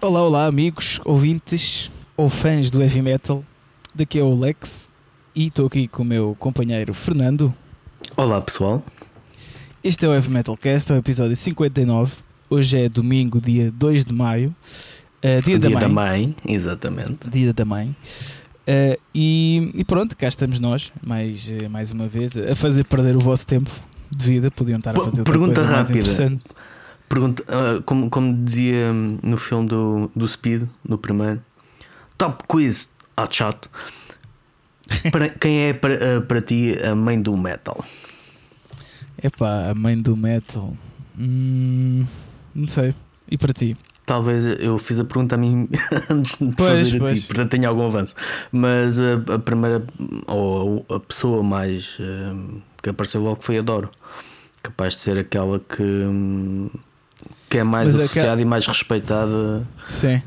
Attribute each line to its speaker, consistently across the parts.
Speaker 1: Olá, olá amigos, ouvintes ou fãs do heavy metal. Daqui é o Lex e estou aqui com o meu companheiro Fernando.
Speaker 2: Olá pessoal.
Speaker 1: Este é o Heavy Metal Cast, é o episódio 59. Hoje é domingo, dia 2 de maio. Dia da mãe.
Speaker 2: Exatamente.
Speaker 1: Dia da mãe. E pronto, cá estamos nós, mais uma vez, a fazer perder o vosso tempo de vida. Podiam estar a fazer outra
Speaker 2: pergunta
Speaker 1: coisa
Speaker 2: rápida.
Speaker 1: mais interessante.
Speaker 2: Pergunta, como dizia no filme do Speed, no primeiro, Top Quiz Hotshot. Quem é para ti a mãe do metal?
Speaker 1: Epá, a mãe do metal, não sei. E para ti?
Speaker 2: Talvez eu fiz a pergunta a mim antes de fazer a ti, portanto tenho algum avanço. Mas a primeira, ou a pessoa mais que apareceu logo foi a Doro. Capaz de ser aquela que é mais associada e mais respeitada.
Speaker 1: Sim.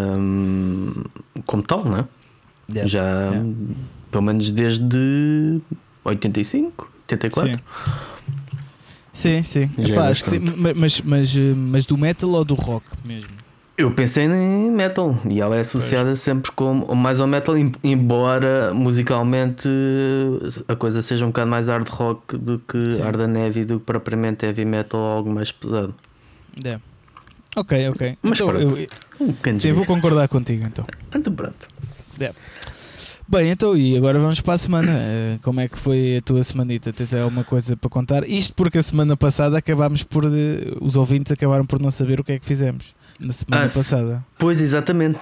Speaker 2: Como tal, não é? Já pelo menos desde 85, 84.
Speaker 1: Sim. Epá, acho que sim. Mas do metal ou do rock mesmo?
Speaker 2: Eu pensei em metal e ela é associada sempre mais ao metal, embora musicalmente a coisa seja um bocado mais hard rock do que hard and heavy, do que propriamente heavy metal ou algo mais pesado.
Speaker 1: Ok.
Speaker 2: Mas
Speaker 1: então, eu vou concordar contigo então.
Speaker 2: Então pronto.
Speaker 1: Bem, então e agora vamos para a semana. Como é que foi a tua semanita? Tens alguma coisa para contar? Isto porque a semana passada acabámos por os ouvintes acabaram por não saber o que é que fizemos na semana passada.
Speaker 2: Pois, exatamente.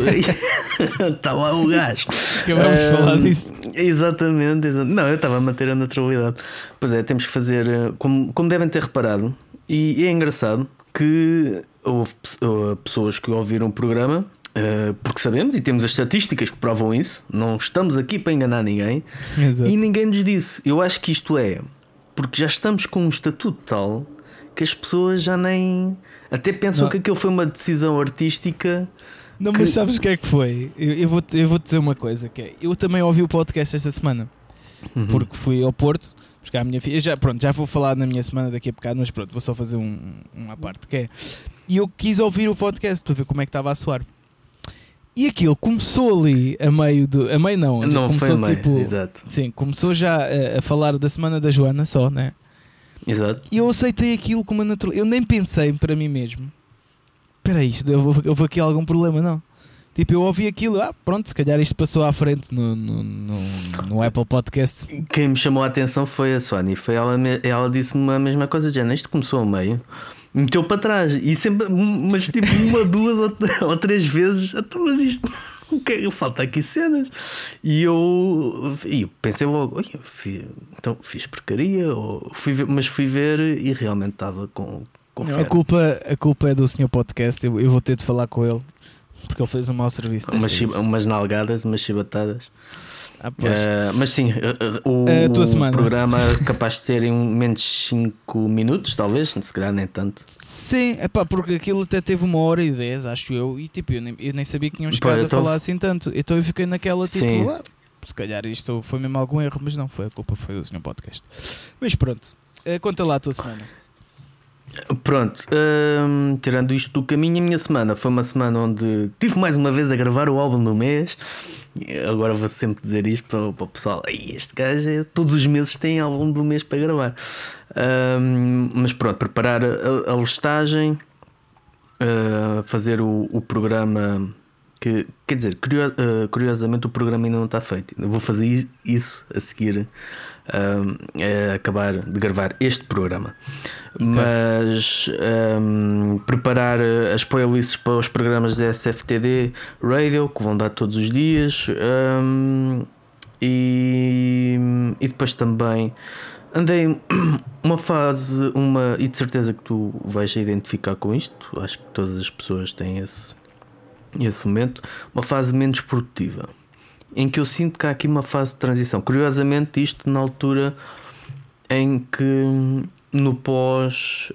Speaker 2: Está lá o gajo.
Speaker 1: Acabámos de falar disso.
Speaker 2: Exatamente. Não, eu estava a manter a naturalidade. Pois é, temos que fazer como devem ter reparado, e é engraçado que houve pessoas que ouviram o programa, porque sabemos e temos as estatísticas que provam isso. Não estamos aqui para enganar ninguém.
Speaker 1: Exato.
Speaker 2: E ninguém nos disse. Eu acho que isto é porque já estamos com um estatuto tal que as pessoas já nem até pensam que aquilo foi uma decisão artística.
Speaker 1: Não, mas sabes o que é que foi? Eu vou-te dizer uma coisa, que é, eu também ouvi o podcast esta semana, porque fui ao Porto buscar a minha filha. Já vou falar na minha semana daqui a bocado, mas pronto, vou só fazer uma parte, que é, e eu quis ouvir o podcast para ver como é que estava a soar. E aquilo começou ali a meio não começou
Speaker 2: foi a meio,
Speaker 1: tipo,
Speaker 2: exato.
Speaker 1: Sim, começou já a falar da semana da Joana só, né?
Speaker 2: Exato.
Speaker 1: E eu aceitei aquilo como natural. Eu nem pensei para mim mesmo, espera aí, houve aqui algum problema, não? Tipo, eu ouvi aquilo, pronto, se calhar isto passou à frente no Apple Podcast.
Speaker 2: Quem me chamou a atenção foi a Sony. Ela disse-me a mesma coisa, já isto começou a meio, meteu para trás e sempre, mas tipo uma, duas ou três vezes. Mas isto, o que falta aqui cenas. E eu pensei logo, fiz porcaria, mas fui ver e realmente estava com
Speaker 1: não, a culpa é do senhor podcast. Eu vou ter de falar com ele porque ele fez um mau serviço.
Speaker 2: Umas nalgadas, umas chibatadas. Mas sim, o programa é capaz de ter em menos de 5 minutos, talvez, se calhar nem tanto.
Speaker 1: Sim, porque aquilo até teve 1h10, acho eu, e tipo, eu nem sabia que tínhamos chegado a falar assim tanto. Então eu fiquei naquela tipo, se calhar isto foi mesmo algum erro, mas não foi, a culpa foi do senhor podcast. Mas pronto, conta lá a tua semana.
Speaker 2: Pronto, tirando isto do caminho, a minha semana foi uma semana onde tive mais uma vez a gravar o álbum do mês. Agora vou sempre dizer isto para o pessoal: este gajo todos os meses tem álbum do mês para gravar. Mas pronto, preparar a listagem, fazer o programa. Que, quer dizer, curiosamente o programa ainda não está feito. Eu vou fazer isso a seguir, acabar de gravar este programa. Okay. Mas preparar as playlists para os programas da SFTD Radio, que vão dar todos os dias, e depois também andei uma fase, e de certeza que tu vais identificar com isto. Acho que todas as pessoas têm esse momento, uma fase menos produtiva, em que eu sinto que há aqui uma fase de transição. Curiosamente, isto na altura em que no pós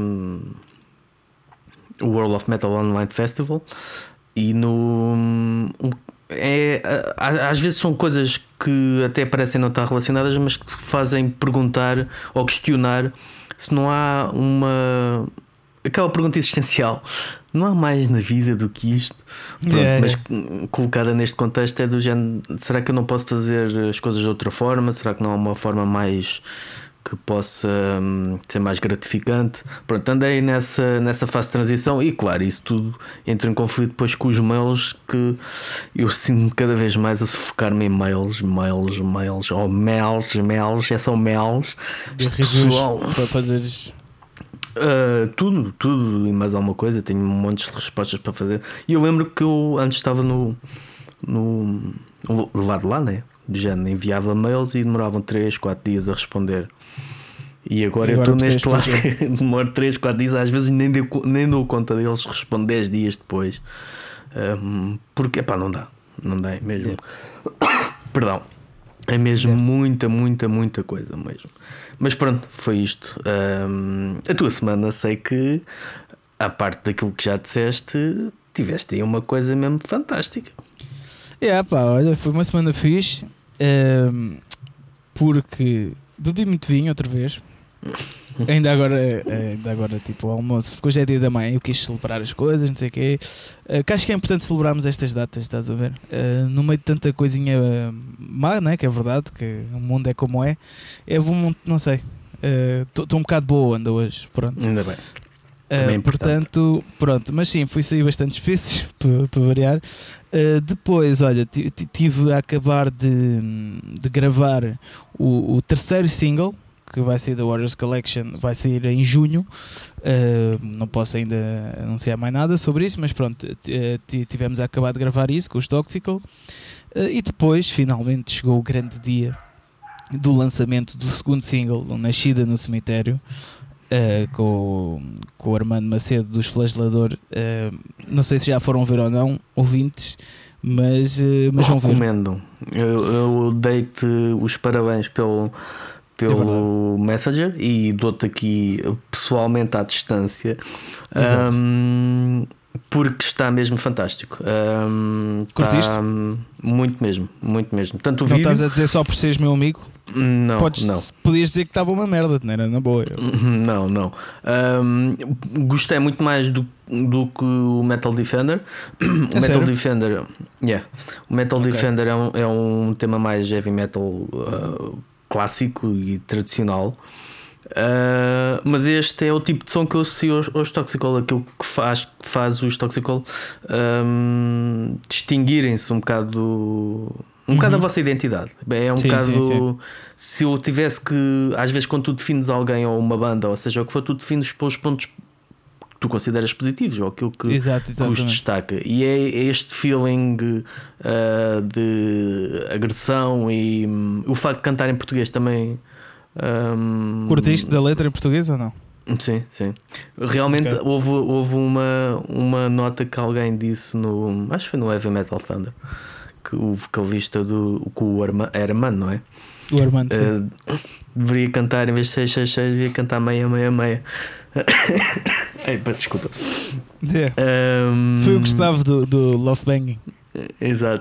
Speaker 2: World of Metal Online Festival e às vezes são coisas que até parecem não estar relacionadas, mas que fazem perguntar ou questionar se não há aquela pergunta existencial: não há mais na vida do que isto. Pronto, mas colocada neste contexto é do género, será que eu não posso fazer as coisas de outra forma? Será que não há uma forma mais que possa ser mais gratificante? Pronto, andei nessa fase de transição e claro, isso tudo entra em conflito depois com os mails, que eu sinto-me cada vez mais a sufocar-me em mails, ou mails, é só mails.
Speaker 1: Pessoal, para fazeres
Speaker 2: tudo e mais alguma coisa. Tenho montes de respostas para fazer. E eu lembro que eu antes estava no lado de lá, né? Do género, enviava mails e demoravam 3, 4 dias a responder. E agora eu estou neste lado que demora 3, 4 dias, às vezes nem dou conta deles, respondo 10 dias depois. Porque não dá mesmo. Perdão. É mesmo muita coisa mesmo. Mas pronto, foi isto. A tua semana, sei que, à parte daquilo que já disseste, tiveste aí uma coisa mesmo fantástica.
Speaker 1: Olha, foi uma semana fixe, porque bebi muito vinho outra vez. Ainda agora tipo almoço, porque hoje é dia da mãe, eu quis celebrar as coisas, não sei o quê, que acho que é importante celebrarmos estas datas, estás a ver? No meio de tanta coisinha má, né? Que é verdade, que o mundo é como é bom, não sei, estou um bocado boa onda hoje, pronto.
Speaker 2: Ainda bem.
Speaker 1: Portanto, pronto, mas sim, fui sair bastantes vezes para variar. Depois, olha, tive a acabar de gravar o terceiro single, que vai sair da Warriors Collection, vai sair em junho. Não posso ainda anunciar mais nada sobre isso, mas pronto, tivemos a acabar de gravar isso com os Toxical. E depois, finalmente, chegou o grande dia do lançamento do segundo single, Nascida no Cemitério, com o Armando Macedo dos Flagelador. Não sei se já foram ver ou não, ouvintes, mas vão ver.
Speaker 2: Recomendo. Eu dei-te os parabéns pelo Messenger e dou-te aqui pessoalmente à distância, porque está mesmo fantástico.
Speaker 1: Curtiste?
Speaker 2: Muito mesmo. Tanto o
Speaker 1: não
Speaker 2: vídeo...
Speaker 1: estás a dizer só por seres meu amigo?
Speaker 2: Não.
Speaker 1: Podias dizer que estava uma merda, não era na boa.
Speaker 2: Não. Gostei muito mais do que o Metal Defender. O Metal Defender, o Metal Defender é um tema mais heavy metal clássico e tradicional. Mas este é o tipo de som que eu associo aos Toxical, aquilo que faz os Toxical distinguirem-se um bocado da vossa identidade. É um bocado. Sim. Se eu tivesse que, às vezes, quando tu defines alguém ou uma banda, ou seja, o que for, tu defines pelos pontos que tu consideras positivos ou aquilo que os destaca. E é este feeling de agressão e o facto de cantar em português também.
Speaker 1: Curtiste da letra em português ou não?
Speaker 2: Sim. Realmente houve uma nota que alguém disse acho que foi no Heavy Metal Thunder, que o vocalista com o Armando, não é?
Speaker 1: O Armando,
Speaker 2: deveria cantar, em vez de 666, devia cantar 666. Peço desculpa.
Speaker 1: Foi o Gustavo do Love Banging.
Speaker 2: Exato.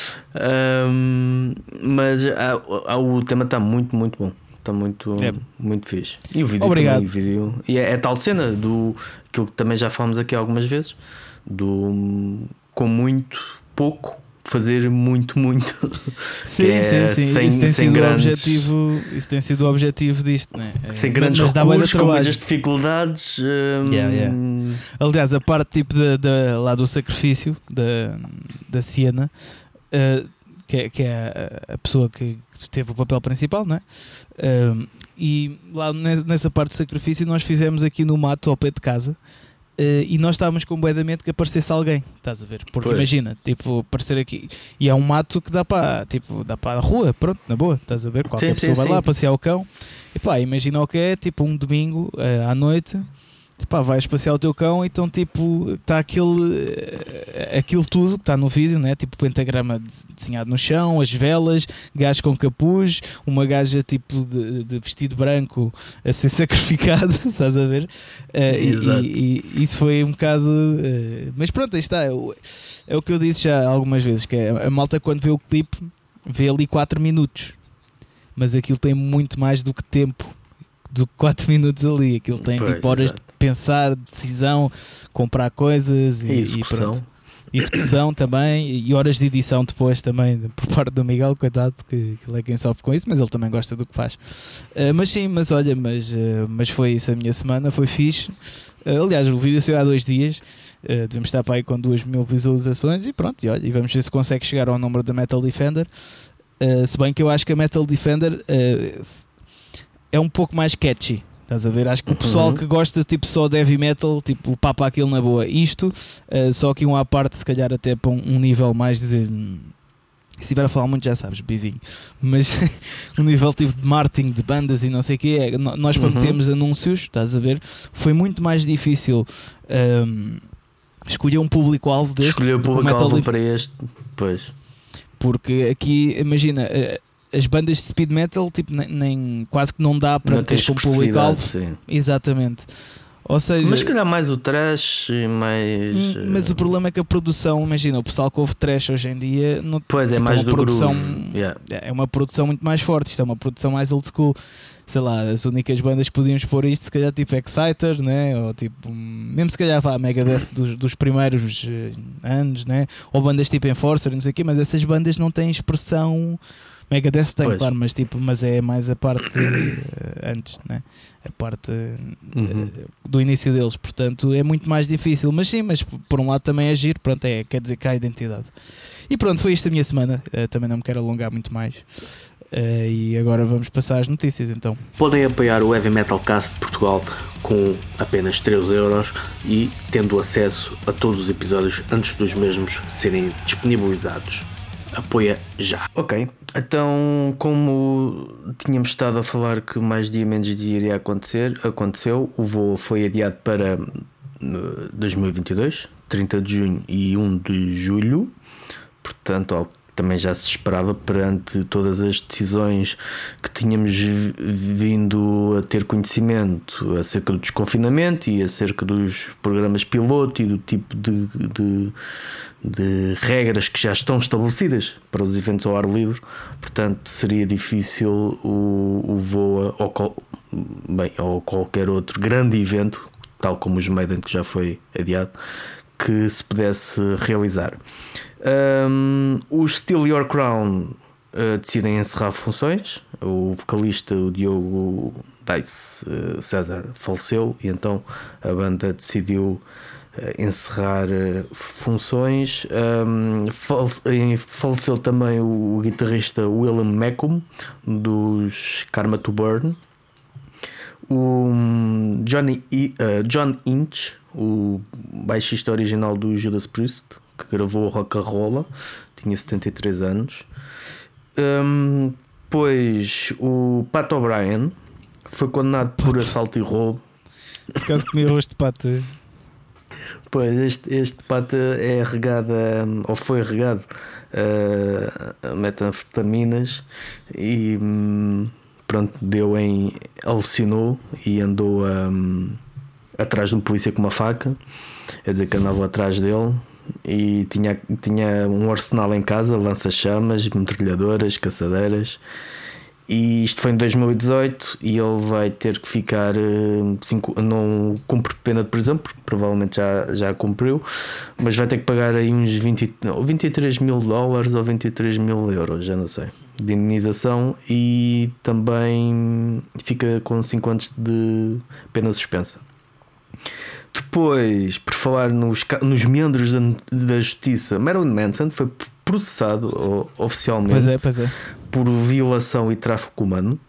Speaker 2: Mas o tema está muito bom. Está muito fixe. E o vídeo
Speaker 1: Obrigado.
Speaker 2: Também, e é tal cena aquilo que também já falamos aqui algumas vezes, com muito pouco fazer muito.
Speaker 1: Sim. Isso tem sido o objetivo. Isso tem sido o objetivo disto, né?
Speaker 2: Sem grandes recursos, com muitas dificuldades.
Speaker 1: Aliás, a parte tipo lá do sacrifício da Siena, que é a pessoa que teve o papel principal, não é? E lá nessa parte do sacrifício nós fizemos aqui no mato ao pé de casa. E nós estávamos com bué de medo que aparecesse alguém, estás a ver? Porque imagina, tipo, aparecer aqui e é um mato que dá para a rua, pronto, na boa, estás a ver? Qualquer pessoa vai lá passear o cão e pá, imagina o que é, tipo um domingo à noite, pá, vais passear o teu cão, então tipo, está aquilo tudo que está no vídeo, né? Tipo pentagrama desenhado no chão, as velas, gajo com capuz, uma gaja tipo de vestido branco a ser sacrificado, estás a ver? E isso foi um bocado mas pronto, aí está, é o que eu disse já algumas vezes, que é, a malta quando vê o clipe vê ali 4 minutos, mas aquilo tem muito mais do que tempo do que 4 minutos ali. Aquilo tem
Speaker 2: Pois,
Speaker 1: tipo horas
Speaker 2: exato.
Speaker 1: de pensar, decisão, comprar coisas
Speaker 2: E execução.
Speaker 1: pronto. Execução também, e horas de edição depois também por parte do Miguel, coitado, que ele é quem sofre com isso, mas ele também gosta do que faz. Mas sim, mas olha, mas foi isso a minha semana, foi fixe. Aliás, o vídeo saiu há 2 dias, devemos estar para aí com 2.000 visualizações e pronto, e olha, e vamos ver se consegue chegar ao número da Metal Defender. Se bem que eu acho que a Metal Defender é um pouco mais catchy. Estás a ver? Acho que o pessoal que gosta tipo só de heavy metal, tipo papa aquilo na boa. Isto, só que um à parte, se calhar até para um nível mais de... Se estiver a falar muito já sabes, bivinho. Mas um nível tipo de marketing de bandas e não sei o quê, nós para metermos anúncios, estás a ver? Foi muito mais difícil escolher um público-alvo deste.
Speaker 2: Escolher o público-alvo para este, pois.
Speaker 1: Porque aqui, imagina... as bandas de speed metal tipo, nem quase que não dá para meter com público-alvo. Exatamente. Ou seja,
Speaker 2: mas se calhar mais o trash e mais.
Speaker 1: Mas o problema é que a produção, imagina, o pessoal que ouve trash hoje em dia não,
Speaker 2: pois
Speaker 1: tipo,
Speaker 2: é mais do
Speaker 1: produção,
Speaker 2: groove.
Speaker 1: É uma produção muito mais forte. Isto é uma produção mais old school. Sei lá, as únicas bandas que podíamos pôr isto, se calhar tipo Exciter, né? Ou tipo, mesmo se calhar a Megadeth dos primeiros anos, né? Ou bandas tipo Enforcer, não sei o quê, mas essas bandas não têm expressão. Megadeth tem, claro, mas é mais a parte antes, né? A parte do início deles, portanto é muito mais difícil, mas sim, mas por um lado também é giro, pronto, quer dizer que há identidade. E pronto, foi isto a minha semana, também não me quero alongar muito mais. E agora vamos passar às notícias então.
Speaker 3: Podem apoiar o Heavy Metal Cast de Portugal com apenas 3€ e tendo acesso a todos os episódios antes dos mesmos serem disponibilizados. Apoia já.
Speaker 2: Ok, então como tínhamos estado a falar que mais dia menos dia iria acontecer, aconteceu. O voo foi adiado para 2022, 30 de junho e 1 de julho. Portanto, também já se esperava perante todas as decisões que tínhamos vindo a ter conhecimento acerca do desconfinamento e acerca dos programas piloto e do tipo de regras que já estão estabelecidas para os eventos ao ar livre. Portanto, seria difícil o voo ou qualquer outro grande evento, tal como os Maiden, que já foi adiado, que se pudesse realizar. Os Steal Your Crown decidem encerrar funções. O vocalista, o Diogo Dice César, faleceu e então a banda decidiu encerrar funções. Faleceu também o guitarrista William Macomb dos Karma to Burn. O John Inch, o baixista original do Judas Priest, que gravou Rock'n'Rolla, tinha 73 anos. Pois o Pat O'Brien foi condenado por assalto e roubo.
Speaker 1: Por acaso comi arroz de pato.
Speaker 2: Pois este pato é regado ou foi regado a metanfetaminas e pronto, alucinou e andou atrás de um polícia com uma faca, quer dizer que andava atrás dele, e tinha um arsenal em casa, lança-chamas, metralhadoras, caçadeiras. E isto foi em 2018 e ele vai ter que ficar não cumpre pena de prisão, porque provavelmente já cumpriu, mas vai ter que pagar aí uns 23 mil dólares ou 23 mil euros, já não sei, de indenização, e também fica com 5 anos de pena suspensa. Depois, por falar nos meandros da justiça, Marilyn Manson foi processado oficialmente por violação e tráfico humano,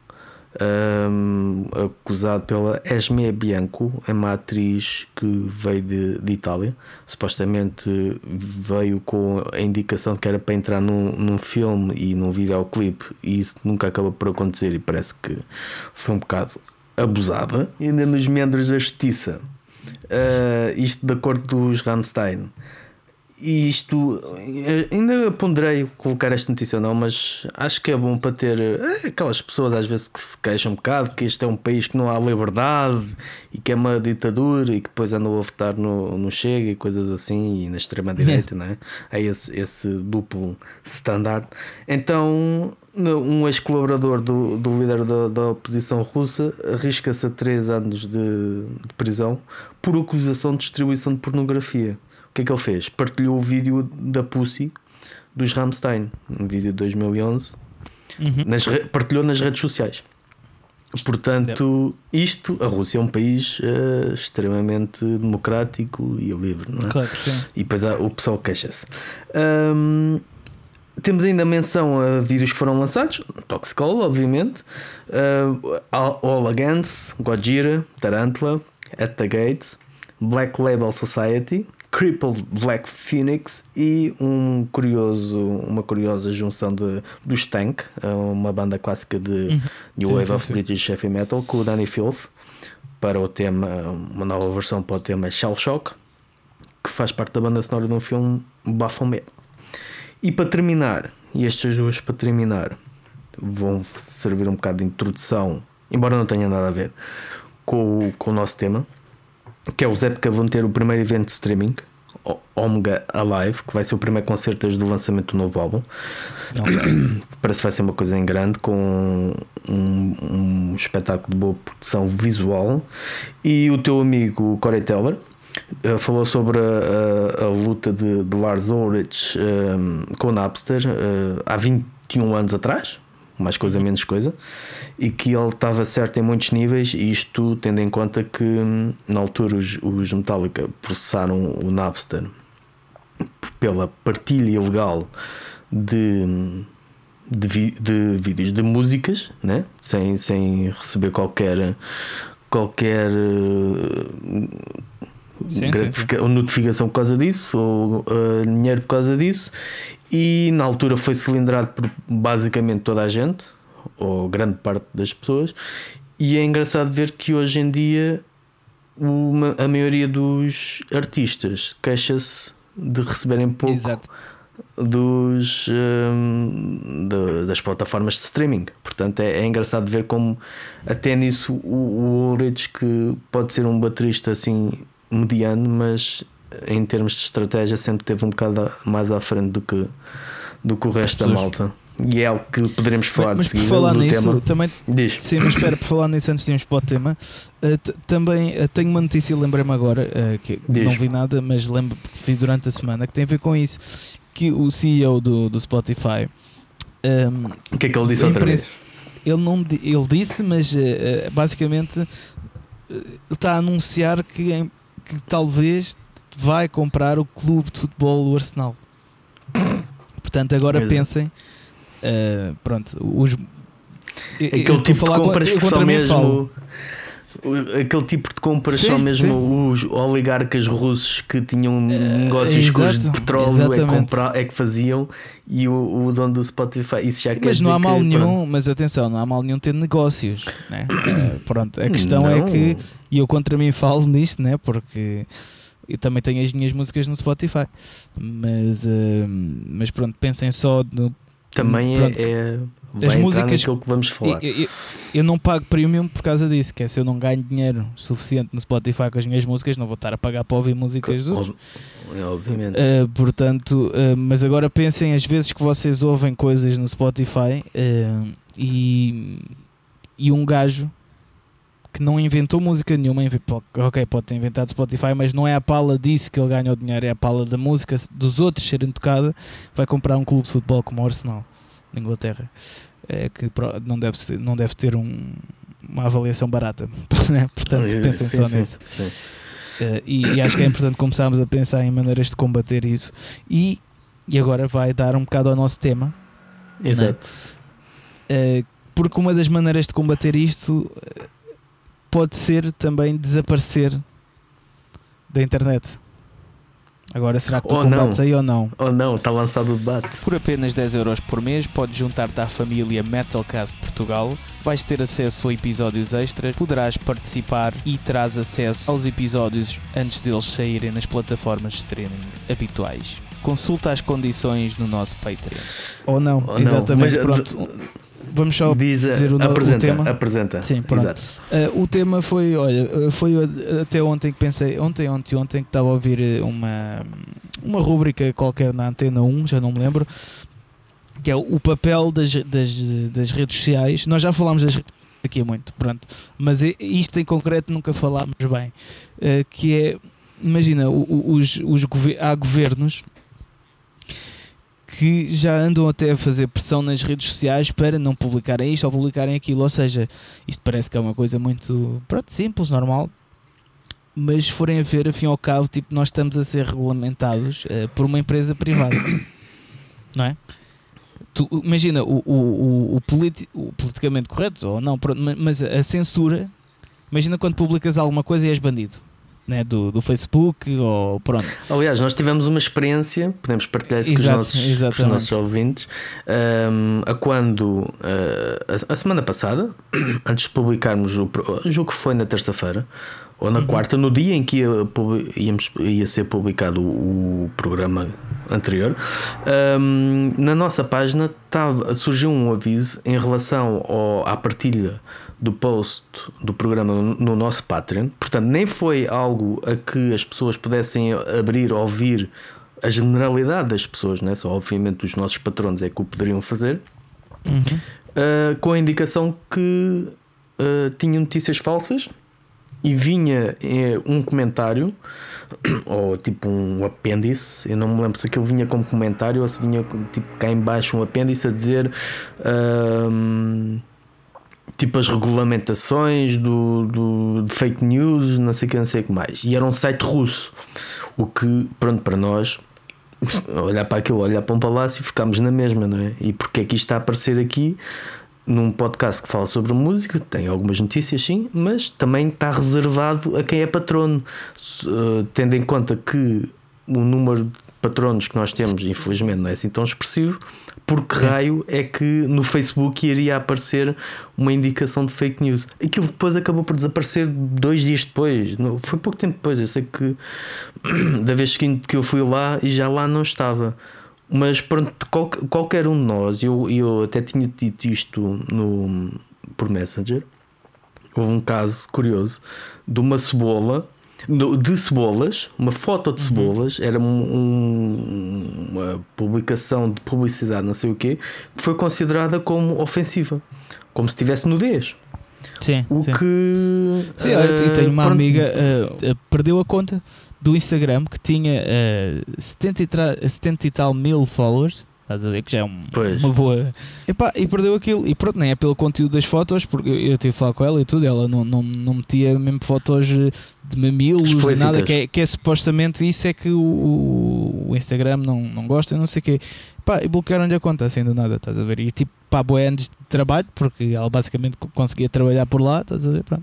Speaker 2: acusado pela Esme Bianco, é uma atriz que veio de Itália. Supostamente veio com a indicação de que era para entrar num filme e num videoclipe, e isso nunca acaba por acontecer, e parece que foi um bocado abusada. E ainda nos meandros da justiça, isto de acordo dos Rammstein, isto, ainda ponderei colocar esta notícia ou não, mas acho que é bom para ter aquelas pessoas às vezes que se queixam um bocado que este é um país que não há liberdade e que é uma ditadura e que depois andam a votar no Chega e coisas assim, e na extrema-direita, não é? É esse duplo standard. Então, um ex-colaborador do líder da oposição russa arrisca-se a 3 anos de prisão por acusação de distribuição de pornografia. O que é que ele fez? Partilhou o vídeo da Pussy dos Rammstein, um vídeo de 2011, partilhou nas redes sociais. Portanto, a Rússia é um país extremamente democrático e livre, não é?
Speaker 1: Claro que sim. E
Speaker 2: depois o pessoal queixa-se. Temos ainda menção a vídeos que foram lançados, Toxicol, obviamente, All Against, Gojira, Tarantula, At the Gates, Black Label Society, Crippled Black Phoenix e uma curiosa junção dos Tank, uma banda clássica de New Wave of British Heavy Metal, com o Danny Filth, para o tema, uma nova versão para o tema Shell Shock, que faz parte da banda sonora de um filme Baphomet. E para terminar, e estas duas para terminar vão servir um bocado de introdução, embora não tenha nada a ver com o nosso tema, que é o Zepka vão ter o primeiro evento de streaming, Omega Alive, que vai ser o primeiro concerto desde o lançamento do novo álbum. Parece que vai ser uma coisa em grande, com um espetáculo de boa produção visual. E o teu amigo Corey Taylor falou sobre a luta de Lars Ulrich com o Napster há 21 anos atrás, mais coisa menos coisa, e que ele estava certo em muitos níveis, e isto tendo em conta que na altura os Metallica processaram o Napster pela partilha ilegal de vídeos de músicas, né? sem receber qualquer notificação por causa disso ou dinheiro por causa disso. E na altura foi cilindrado por basicamente toda a gente, ou grande parte das pessoas. E é engraçado ver que hoje em dia a maioria dos artistas queixa-se de receberem pouco.
Speaker 1: Exato.
Speaker 2: Das plataformas de streaming. Portanto é engraçado ver como até nisso o Ulrich, que pode ser um baterista assim mediano, mas em termos de estratégia sempre teve um bocado mais à frente do que o resto da malta. E é algo que poderemos falar
Speaker 1: mas
Speaker 2: de seguida.
Speaker 1: Por falar
Speaker 2: do
Speaker 1: nisso,
Speaker 2: tema.
Speaker 1: também,
Speaker 2: diz.
Speaker 1: Sim, mas espera, por falar nisso, antes de irmos para o tema, também tenho uma notícia, lembrei-me agora, que não vi nada, mas lembro que vi durante a semana, que tem a ver com isso, que o CEO do Spotify,
Speaker 2: o que é que ele disse outra vez?
Speaker 1: Ele disse, mas basicamente ele está a anunciar que talvez vai comprar o clube de futebol do Arsenal. Portanto, agora pensem, pronto,
Speaker 2: aquele tipo de compras que só mesmo aquele tipo de compras só mesmo os oligarcas russos que tinham negócios com os de petróleo é que faziam, e o dono do Spotify, isso já quer
Speaker 1: mas
Speaker 2: dizer
Speaker 1: não há mal nenhum,
Speaker 2: pronto.
Speaker 1: mas atenção, não há mal nenhum ter negócios, né? Pronto, a questão é que, e eu contra mim falo nisto, né? Porque eu também tenho as minhas músicas no Spotify, mas pronto, pensem só no,
Speaker 2: também
Speaker 1: pronto,
Speaker 2: as músicas que vamos falar.
Speaker 1: Eu não pago premium por causa disso, que é, se eu não ganho dinheiro suficiente no Spotify com as minhas músicas, não vou estar a pagar para ouvir músicas dos outros.
Speaker 2: Obviamente.
Speaker 1: Portanto, mas agora pensem as vezes que vocês ouvem coisas no Spotify e um gajo que não inventou música nenhuma, ok, pode ter inventado Spotify, mas não é a pala disso que ele ganha o dinheiro, é a pala da música dos outros serem tocada, vai comprar um clube de futebol como o Arsenal na Inglaterra, que não deve ter uma avaliação barata, né? Portanto pensem só nisso.
Speaker 2: Sim.
Speaker 1: E acho que é importante começarmos a pensar em maneiras de combater isso, e agora vai dar um bocado ao nosso tema.
Speaker 2: Exato.
Speaker 1: Né? Porque uma das maneiras de combater isto pode ser também desaparecer da internet. Agora, será que tu combates aí ou não?
Speaker 2: Ou não, está lançado o debate.
Speaker 1: Por apenas 10€ por mês podes juntar-te à família Metalcast Portugal, vais ter acesso a episódios extras, poderás participar e terás acesso aos episódios antes deles saírem nas plataformas de streaming habituais. consulta as condições no nosso Patreon. Ou não,
Speaker 2: Ou
Speaker 1: exatamente.
Speaker 2: não, mas,
Speaker 1: pronto. Vamos só dizer o tema.
Speaker 2: Apresenta.
Speaker 1: Sim, pronto.
Speaker 2: Exato.
Speaker 1: O tema foi, olha, foi até ontem que pensei, ontem que estava a ouvir uma rúbrica qualquer na Antena 1, já não me lembro, que é o papel das redes sociais. Nós já falámos das redes aqui muito, pronto, mas isto em concreto nunca falámos bem, que é, imagina, há governos que já andam até a fazer pressão nas redes sociais para não publicarem isto ou publicarem aquilo, ou seja, isto parece que é uma coisa muito, pronto, simples, normal, mas se forem a ver, afim ao cabo, tipo, nós estamos a ser regulamentados por uma empresa privada, não é? Tu, imagina, o politicamente correto, ou não, pronto, mas a censura, imagina quando publicas alguma coisa e és bandido, né, do Facebook, ou pronto.
Speaker 2: Aliás, nós tivemos uma experiência, podemos partilhar isso com os nossos ouvintes, a semana passada, antes de publicarmos julgo que foi na terça-feira ou na quarta, no dia em que ia ser publicado o programa anterior, na nossa página surgiu um aviso em relação à partilha do post do programa no nosso Patreon. Portanto, nem foi algo a que as pessoas pudessem abrir ou ouvir, a generalidade das pessoas, não é? Só obviamente os nossos patronos é que o poderiam fazer, com a indicação que tinha notícias falsas e vinha um comentário ou tipo um apêndice. Eu não me lembro se aquilo vinha como comentário ou se vinha tipo cá em baixo um apêndice a dizer tipo as regulamentações do fake news, não sei o que mais. E era um site russo, o que, pronto, para nós olhar para aquilo, olhar para um palácio, ficámos na mesma, não é? E porque é que isto está a aparecer aqui num podcast que fala sobre música? Tem algumas notícias, sim, mas também está reservado a quem é patrono, tendo em conta que o número de patronos que nós temos, infelizmente, não é assim tão expressivo. Por que raio é que no Facebook iria aparecer uma indicação de fake news? Aquilo depois acabou por desaparecer 2 dias depois, foi pouco tempo depois. Eu sei que da vez seguinte que eu fui lá e já lá não estava. Mas pronto, qualquer um de nós, eu até tinha dito isto por Messenger. Houve um caso curioso de uma cebola, de cebolas, uma foto de cebolas, era uma publicação de publicidade, não sei o quê, que foi considerada como ofensiva, como se tivesse nudez.
Speaker 1: Sim, sim.
Speaker 2: Sim,
Speaker 1: eu tenho uma amiga perdeu a conta do Instagram que tinha 70 e tal mil followers. Estás a ver que já é uma boa. E perdeu aquilo. E pronto, nem é pelo conteúdo das fotos, porque eu tive a falar com ela e tudo. Ela não metia mesmo fotos de mamilos, nada, que é supostamente isso é que o Instagram não gosta, não sei o quê. E bloquearam-lhe a conta assim do nada, estás a ver? E tipo, boa anos de trabalho, porque ela basicamente conseguia trabalhar por lá, estás a ver? Pronto.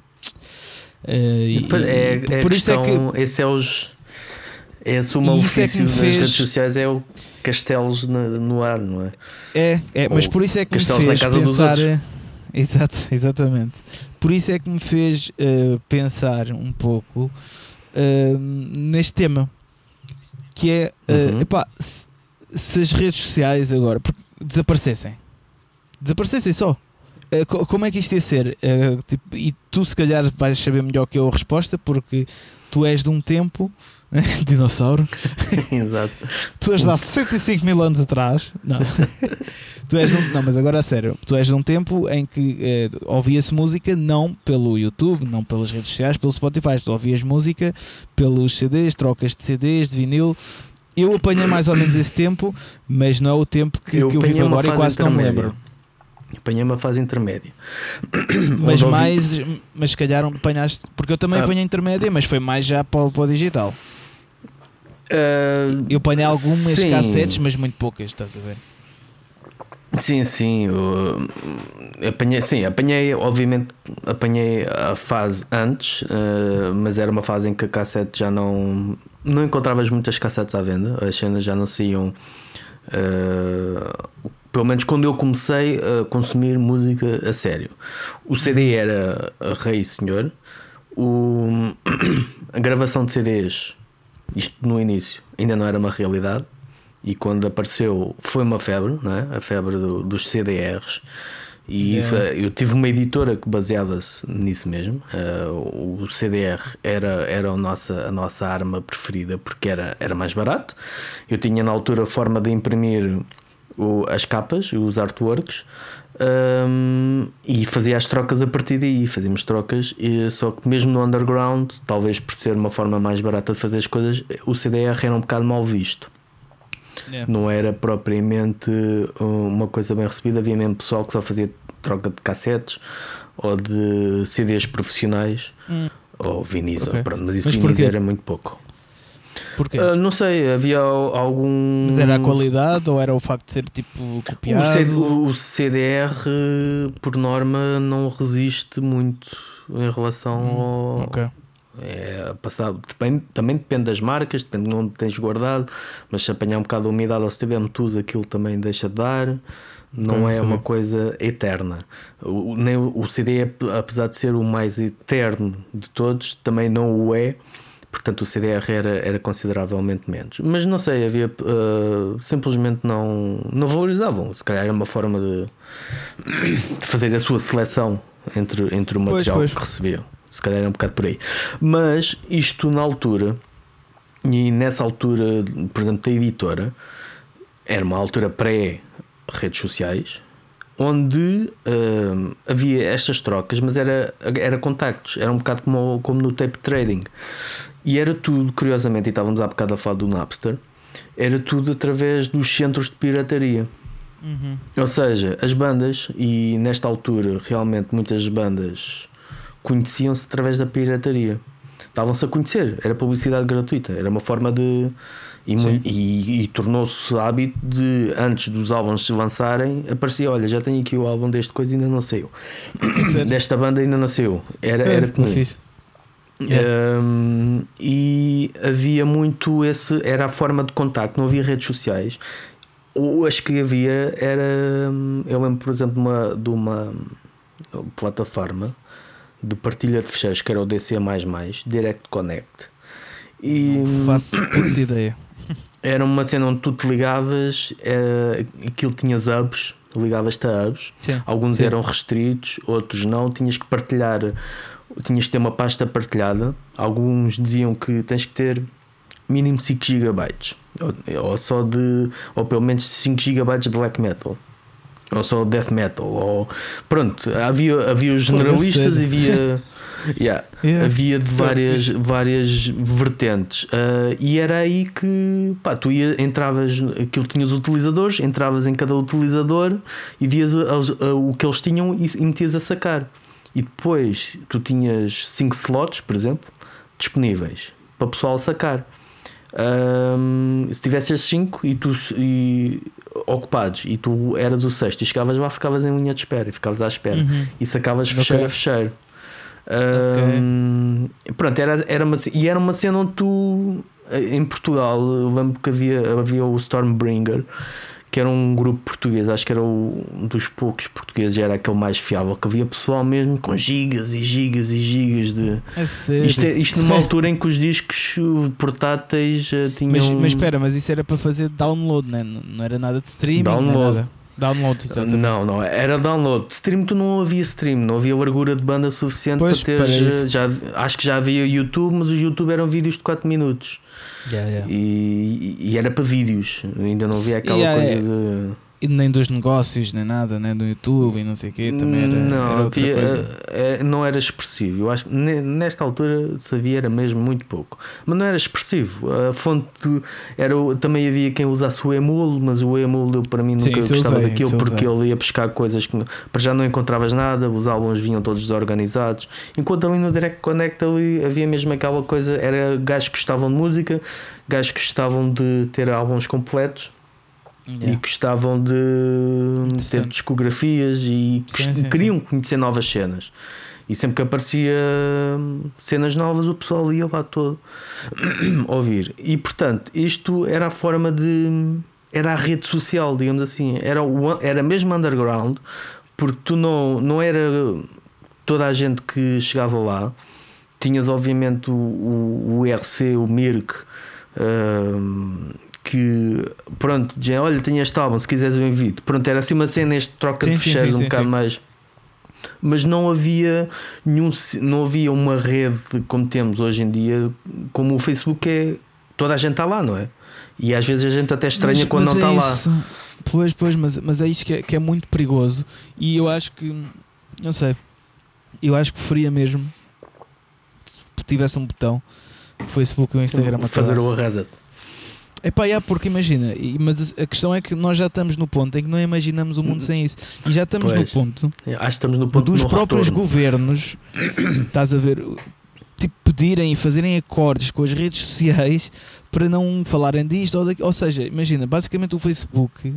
Speaker 2: Por isso é que é a suma ofício nas redes sociais, é o castelos no ar, não é?
Speaker 1: Mas por isso é que
Speaker 2: castelos
Speaker 1: me fez
Speaker 2: na casa
Speaker 1: pensar.
Speaker 2: Dos outros.
Speaker 1: Exatamente. Por isso é que me fez pensar um pouco neste tema, que é se as redes sociais agora desaparecessem só, como é que isto ia ser? E tu se calhar vais saber melhor que eu a resposta, porque tu és de um tempo dinossauro.
Speaker 2: Exato.
Speaker 1: Tu és de há 105 mil anos atrás. Não. Não, mas agora a sério, tu és de um tempo em que ouvia-se música não pelo YouTube, não pelas redes sociais, pelo Spotify. Tu ouvias música pelos CDs, trocas de CDs, de vinil. Eu apanhei mais ou menos esse tempo, mas não é o tempo que eu vivo agora e quase não me lembro.
Speaker 2: Apanhei uma fase intermédia.
Speaker 1: Mas se calhar apanhaste, porque eu também apanhei intermédia, mas foi mais já para o digital. Eu apanhei algumas cassetes, mas muito poucas, estás a ver?
Speaker 2: Sim, obviamente apanhei a fase antes, mas era uma fase em que a cassete já não encontravas muitas cassetes à venda, as cenas já não saíam, pelo menos quando eu comecei a consumir música a sério. O CD era rei e senhor, a gravação de CDs, isto no início, ainda não era uma realidade. e quando apareceu foi uma febre, não é? A febre dos CDRs. E isso, eu tive uma editora que baseava-se nisso mesmo. O CDR era a nossa arma preferida porque era mais barato. Eu tinha na altura a forma de imprimir as capas, os artworks, e fazia as trocas a partir daí. Fazíamos trocas, só que mesmo no underground, talvez por ser uma forma mais barata de fazer as coisas, o CDR era um bocado mal visto. Não era propriamente uma coisa bem recebida. Havia mesmo pessoal que só fazia troca de cassetes ou de CDs profissionais ou vinis, mas isso vinis era muito pouco.
Speaker 1: Porquê?
Speaker 2: Não sei, havia algum.
Speaker 1: Mas era a qualidade ou era o facto de ser tipo copiado?
Speaker 2: O CDR por norma não resiste muito em relação ao.
Speaker 1: Ok.
Speaker 2: Passado, também depende das marcas, depende de onde tens guardado, mas se apanhar um bocado de umidade ou se tiver metusa, aquilo também deixa de dar. Não é uma coisa eterna. Nem o CD, apesar de ser o mais eterno de todos, também não o é. Portanto, o CDR era consideravelmente menos. Mas não sei, havia simplesmente não valorizavam. Se calhar era uma forma de fazer a sua seleção entre o material que recebiam. Se calhar era um bocado por aí. Mas isto na altura, e nessa altura, por exemplo, da editora, era uma altura pré-redes sociais, onde havia estas trocas, mas era contactos. Era um bocado como no tape trading. E era tudo, curiosamente, e estávamos há bocado a falar do Napster, era tudo através dos centros de pirataria. Ou seja, as bandas, e nesta altura realmente muitas bandas conheciam-se através da pirataria, estavam-se a conhecer, era publicidade gratuita, era uma forma de. E tornou-se hábito de, antes dos álbuns se lançarem, aparecia: olha, já tenho aqui o álbum deste coisa, ainda não saiu, desta banda ainda não saiu. Era comum. E havia muito esse, era a forma de contacto, não havia redes sociais. Ou as que havia era, eu lembro, por exemplo, de uma plataforma de partilha de ficheiros que era o DC++, Direct Connect, e
Speaker 1: não faço puta ideia.
Speaker 2: Era uma cena onde tu te ligavas, aquilo tinhas hubs, ligavas-te a hubs. Alguns eram restritos, outros não, tinhas que partilhar, tinhas que ter uma pasta partilhada. Alguns diziam que tens que ter mínimo 5 GB ou pelo menos 5 GB de black metal, ou só death metal, ou pronto, havia os generalistas e havia de várias vertentes, e era aí que tu entravas, aquilo tinhas utilizadores, entravas em cada utilizador e vias o que eles tinham e metias a sacar, e depois tu tinhas 5 slots, por exemplo, disponíveis para o pessoal sacar. Se tivesse esses 5 e ocupados e tu eras o sexto e chegavas lá, ficavas em linha de espera e ficavas à espera e sacavas fecheiro a fecheiro. Pronto, era uma cena onde tu, em Portugal, eu lembro que havia o Stormbringer, que era um grupo português, acho que era um dos poucos portugueses, era aquele mais fiável, que havia pessoal mesmo com gigas e gigas e gigas de. Isto numa altura em que os discos portáteis tinham.
Speaker 1: Mas espera, mas isso era para fazer download, né? Não era nada de streaming? Download, exatamente.
Speaker 2: Não, era download. Stream, tu não havia stream, não havia largura de banda suficiente para teres. Acho que já havia YouTube, mas os YouTube eram vídeos de 4 minutos. E era para vídeos, ainda não havia aquela coisa de.
Speaker 1: E nem dos negócios, nem nada, nem do YouTube e não sei o quê, também era outra coisa.
Speaker 2: Não era expressivo. Eu acho que nesta altura sabia era mesmo muito pouco, mas não era expressivo. A fonte também havia quem usasse o Emule, mas o Emule eu, para mim, nunca gostava daquilo, porque ele ia buscar coisas que para já não encontravas nada, os álbuns vinham todos desorganizados, enquanto ali no Direct Connect ali havia mesmo aquela coisa, era gajos que gostavam de música, gajos que gostavam de ter álbuns completos. E gostavam de ter discografias e queriam conhecer novas cenas. E sempre que aparecia cenas novas, o pessoal ia lá todo ouvir. E portanto, isto era a forma de. Era a rede social, digamos assim. Era mesmo underground, porque tu não era toda a gente que chegava lá. Tinhas obviamente o IRC, o Mirk, que pronto, já, olha, tenho este álbum, se quiseres eu invito. Pronto, era assim uma cena, este troca de fecheiros um bocado mais. Mas não havia não havia uma rede como temos hoje em dia, como o Facebook é, toda a gente está lá, não é? E às vezes a gente até estranha quando não está lá.
Speaker 1: Pois, mas é isso que é muito perigoso. E eu acho que, não sei, eu acho que preferia mesmo se tivesse um botão o Facebook e o Instagram a
Speaker 2: fazer o reset.
Speaker 1: Porque imagina, mas a questão é que nós já estamos no ponto em que não imaginamos o mundo sem isso. E já estamos no ponto,
Speaker 2: acho que estamos no ponto
Speaker 1: dos próprios governos, estás a ver, tipo, pedirem e fazerem acordos com as redes sociais para não falarem disto ou seja, imagina, basicamente o Facebook,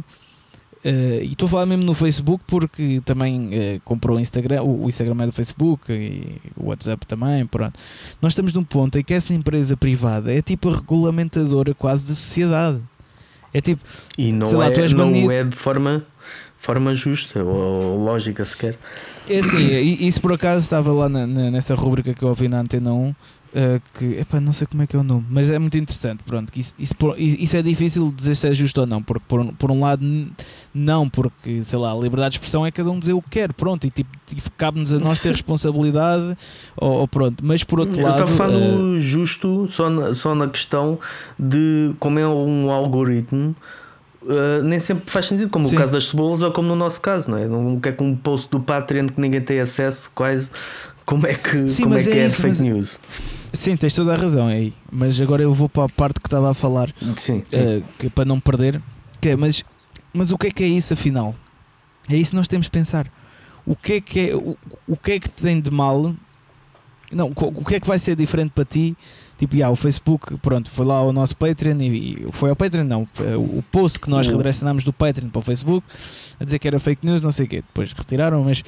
Speaker 1: e estou a falar mesmo no Facebook porque também comprou o Instagram é do Facebook e o WhatsApp também, pronto. Nós estamos num ponto em que essa empresa privada é tipo a regulamentadora quase da sociedade. É tipo,
Speaker 2: e não, lá, não é de forma justa ou lógica sequer.
Speaker 1: É assim, e se por acaso estava lá nessa rubrica que eu ouvi na Antena 1, que não sei como é que é o nome, mas é muito interessante. Pronto, isso é difícil dizer se é justo ou não, porque por um lado, não, porque sei lá, a liberdade de expressão é cada um dizer o que quer, pronto, e tipo, cabe-nos a nós ter responsabilidade, ou pronto, mas por outro lado.
Speaker 2: Eu estava a falar no justo só na questão de como é um algoritmo. Nem sempre faz sentido, como Sim. o caso das cebolas ou como no nosso caso, não é? Não é com um post do Patreon que ninguém tem acesso, quase. Como é que,
Speaker 1: Sim,
Speaker 2: como é, que é
Speaker 1: isso,
Speaker 2: fake news?
Speaker 1: Sim, tens toda a razão aí, mas agora eu vou para a parte que estava a falar,
Speaker 2: sim.
Speaker 1: Que, para não perder, mas o que é isso afinal? É isso que nós temos de pensar. O que é que tem de mal? Não, o que é que vai ser diferente para ti? Tipo, o Facebook, pronto, foi lá ao nosso Patreon e foi ao Patreon, não, o post que nós redirecionámos do Patreon para o Facebook a dizer que era fake news, não sei o quê, depois retiraram, mas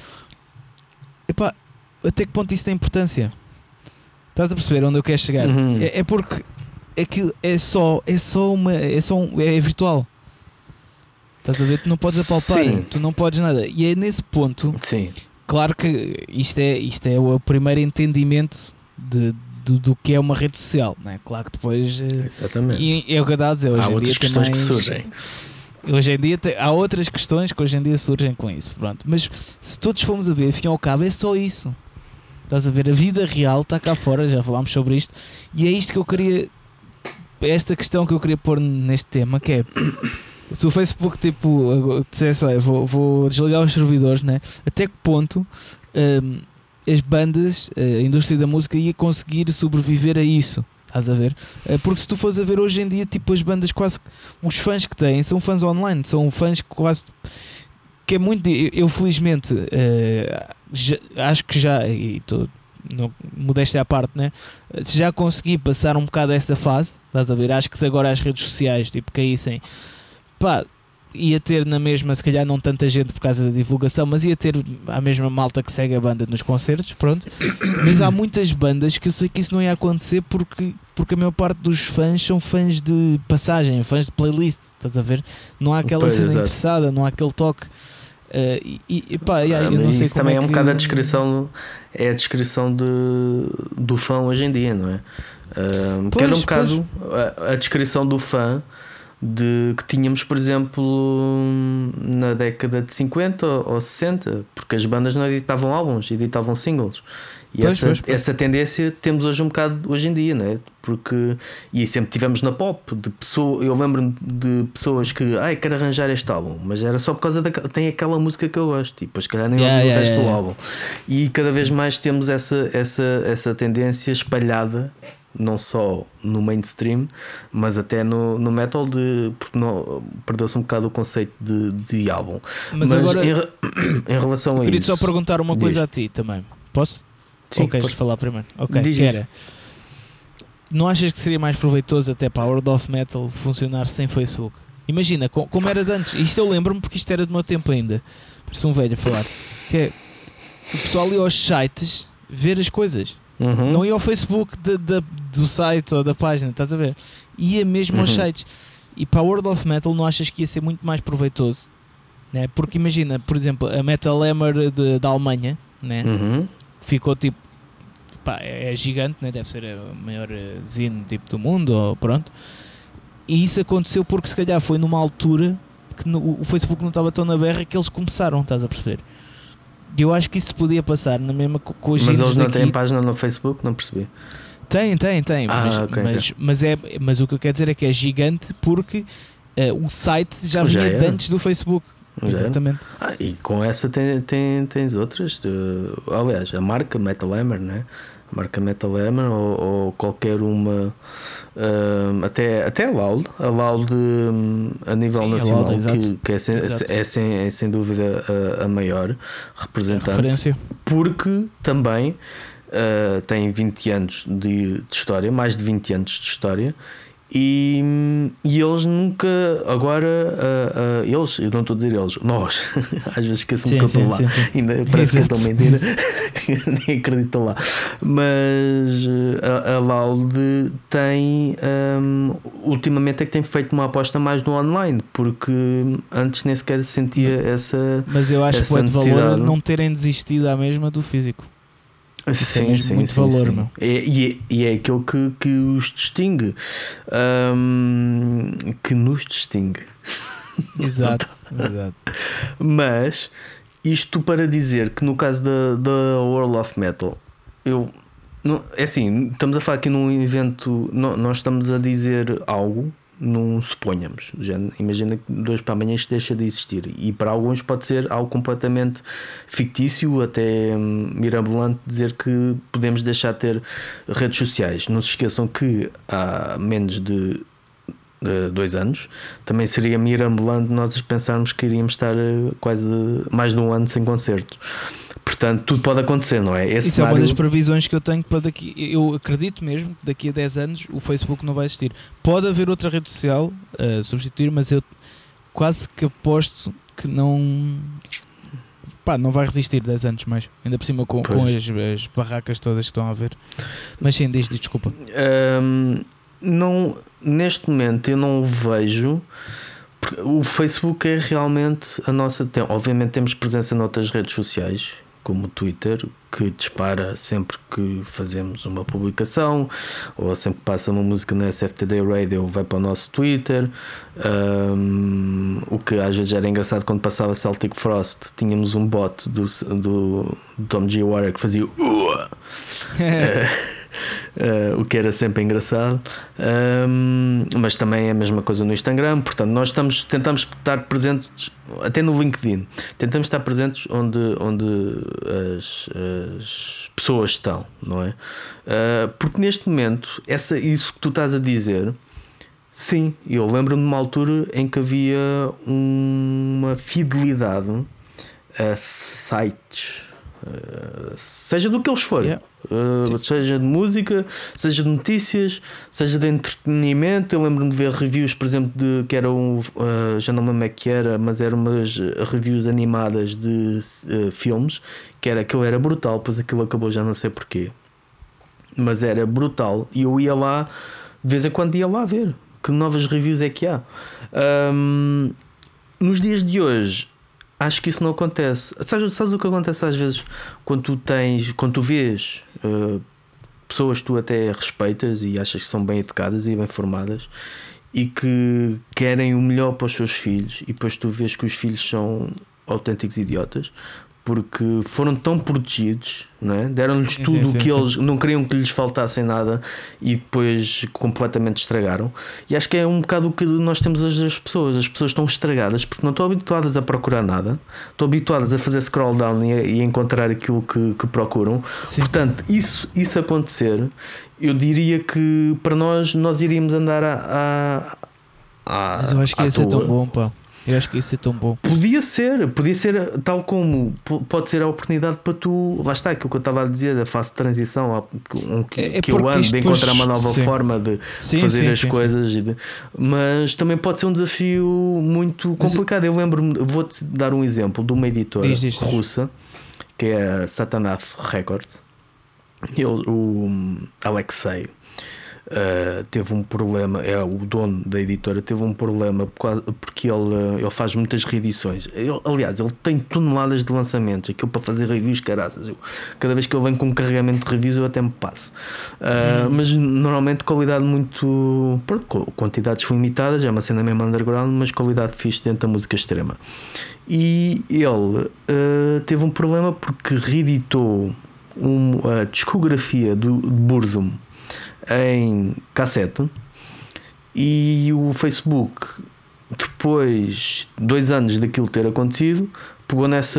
Speaker 1: até que ponto isso tem importância? Estás a perceber onde eu quero chegar?
Speaker 2: Uhum.
Speaker 1: É porque aquilo é virtual. Estás a ver? Tu não podes apalpar,
Speaker 2: Sim.
Speaker 1: tu não podes nada. E é nesse ponto,
Speaker 2: Sim.
Speaker 1: Claro que isto é o primeiro entendimento do que é uma rede social, não é? Claro que depois.
Speaker 2: Exatamente.
Speaker 1: E é o que eu estava a dizer. Hoje
Speaker 2: há
Speaker 1: em
Speaker 2: outras
Speaker 1: dia
Speaker 2: questões
Speaker 1: também,
Speaker 2: que surgem.
Speaker 1: Hoje em dia há outras questões que hoje em dia surgem com isso. Pronto. Mas se todos formos a ver, afinal ao cabo, é só isso. Estás a ver? A vida real está cá fora, já falámos sobre isto. E é isto que eu queria. Esta questão que eu queria pôr neste tema, que é. Se o Facebook tipo dissesse, vou desligar os servidores, né? Até que ponto as bandas, a indústria da música ia conseguir sobreviver a isso? Estás a ver? Porque se tu fores a ver hoje em dia, tipo, as bandas quase, os fãs que têm são fãs online, são fãs que quase, que é muito, eu felizmente acho que já, e estou modéstia à parte, né? Já consegui passar um bocado essa fase, estás a ver? Acho que se agora as redes sociais tipo caíssem, ia ter na mesma, se calhar não tanta gente por causa da divulgação, mas ia ter a mesma malta que segue a banda nos concertos, pronto. Mas há muitas bandas que eu sei que isso não ia acontecer porque a maior parte dos fãs são fãs de passagem, fãs de playlist, estás a ver? Não há aquela cena interessada, não há aquele toque. Eu não sei
Speaker 2: isso
Speaker 1: como
Speaker 2: também
Speaker 1: é
Speaker 2: um bocado a descrição, é a descrição do fã hoje em dia, não é? Que era um bocado a descrição do fã que tínhamos, por exemplo, na década de 50 ou 60, porque as bandas não editavam álbuns, editavam singles. E essa tendência temos hoje um bocado hoje em dia, não é? Porque, e sempre tivemos na pop, eu lembro-me de pessoas que quero arranjar este álbum, mas era só por causa tem aquela música que eu gosto, e depois calhar nem ouvi o resto do álbum. E cada vez mais temos essa tendência espalhada, não só no mainstream, mas até no metal, porque perdeu-se um bocado o conceito de álbum.
Speaker 1: Mas agora,
Speaker 2: em relação a isso,
Speaker 1: queria só perguntar uma coisa a ti também. Posso?
Speaker 2: Sim,
Speaker 1: ou queres falar primeiro? Ok, que era, não achas que seria mais proveitoso até para a World of Metal funcionar sem Facebook? Imagina, como era de antes. Isto eu lembro-me porque isto era do meu tempo ainda. Parece um velho a falar. Que é, o pessoal ia aos sites ver as coisas. Não ia ao Facebook do site ou da página, estás a ver? Ia mesmo aos sites. E para a World of Metal não achas que ia ser muito mais proveitoso? Né? Porque imagina, por exemplo, a Metal Hammer da Alemanha, né? Ficou tipo, é gigante, né? Deve ser a maior zine tipo do mundo, ou pronto. E isso aconteceu porque se calhar foi numa altura que o Facebook não estava tão na berra que eles começaram, estás a perceber? E eu acho que isso podia passar na mesma com os
Speaker 2: Mas
Speaker 1: índios
Speaker 2: eles não
Speaker 1: daqui.
Speaker 2: têm página no Facebook? Não percebi.
Speaker 1: Tem.
Speaker 2: Ok.
Speaker 1: Mas o que eu quero dizer é que é gigante porque o site já vinha de antes do Facebook. Exatamente.
Speaker 2: E com essa tens outras. Aliás, a marca Metal Hammer, né? A marca Metal Hammer ou qualquer uma. Até a Loud a nível nacional, que é sem dúvida a maior representante.
Speaker 1: Referência.
Speaker 2: Porque também tem 20 anos de história, mais de 20 anos de história. E eles nunca, agora, eles, eu não estou a dizer eles, nós, às vezes esqueço-me que eu estou lá, ainda parece que estou mentira, nem acredito lá, mas a Loud tem, ultimamente é que tem feito uma aposta mais no online, porque antes nem sequer sentia essa.
Speaker 1: Mas eu acho que foi de valor não terem desistido à mesma do físico.
Speaker 2: Sim,
Speaker 1: muito valor, meu.
Speaker 2: E é aquilo que os distingue, que nos distingue.
Speaker 1: Exato.
Speaker 2: Mas isto para dizer que no caso da World of Metal, é assim, estamos a falar aqui num evento, nós estamos a dizer algo. Não suponhamos, imagina que de hoje para amanhã isto deixa de existir, e para alguns pode ser algo completamente fictício, até mirabolante, dizer que podemos deixar de ter redes sociais. Não se esqueçam que há menos de 2 anos também seria mirabolante nós pensarmos que iríamos estar quase mais de um ano sem concertos. Portanto, tudo pode acontecer, não é?
Speaker 1: Isso cenário... é uma das previsões que eu tenho para daqui. Eu acredito mesmo que daqui a 10 anos o Facebook não vai existir. Pode haver outra rede social a substituir, mas eu quase que aposto que não vai resistir 10 anos mais. Ainda por cima com as barracas todas que estão a haver. Mas sim, desculpa.
Speaker 2: Não, neste momento eu não o vejo. O Facebook é realmente a nossa. Obviamente temos presença noutras redes sociais, como o Twitter, que dispara sempre que fazemos uma publicação, ou sempre que passa uma música na SFTD Radio vai para o nosso Twitter. O que às vezes era engraçado, quando passava Celtic Frost tínhamos um bot do Tom G. Warrior que fazia o que era sempre engraçado, mas também é a mesma coisa no Instagram. Portanto, nós tentamos estar presentes até no LinkedIn, tentamos estar presentes onde as pessoas estão, não é? Porque neste momento isso que tu estás a dizer, sim, eu lembro-me de uma altura em que havia uma fidelidade a sites, seja do que eles forem, seja de música, seja de notícias, seja de entretenimento. Eu lembro-me de ver reviews, por exemplo, que eram, já não me lembro que era, mas eram umas reviews animadas de filmes, aquilo era brutal, pois aquilo acabou, já não sei porquê, mas era brutal, e eu ia lá, de vez em quando ia lá ver que novas reviews é que há. Nos dias de hoje acho que isso não acontece. Sabes o que acontece às vezes quando tu vês pessoas que tu até respeitas e achas que são bem educadas e bem formadas e que querem o melhor para os seus filhos, e depois tu vês que os filhos são autênticos idiotas porque foram tão protegidos, não é? Deram-lhes tudo o que eles não queriam que lhes faltasse nada, e depois completamente estragaram. E acho que é um bocado o que nós temos as pessoas estão estragadas porque não estão habituadas a procurar nada, estão habituadas a fazer scroll down e a encontrar aquilo que procuram. Sim. Portanto, isso acontecer, eu diria que para nós iríamos andar
Speaker 1: mas eu acho que ia ser tão bom, pá. Eu acho que isso é tão bom.
Speaker 2: Podia ser tal como pode ser a oportunidade para tu, lá está aquilo que eu estava a dizer, da fase de transição que eu ando de encontrar uma nova forma de fazer as coisas. Mas também pode ser um desafio muito complicado. Eu lembro-me, vou-te dar um exemplo de uma editora russa, que é a Satanath Records. O Alexei teve um problema, o dono da editora teve um problema porque ele faz muitas reedições. Aliás, ele tem toneladas de lançamentos, aquilo para fazer reviews, caraças. Cada vez que ele vem com um carregamento de reviews eu até me passo. Mas normalmente qualidade muito, pronto, quantidades limitadas, é uma cena mesmo underground, mas qualidade fixe dentro da música extrema. E ele teve um problema porque reeditou a discografia de Burzum em cassete, e o Facebook, depois 2 anos daquilo ter acontecido, pegou nessa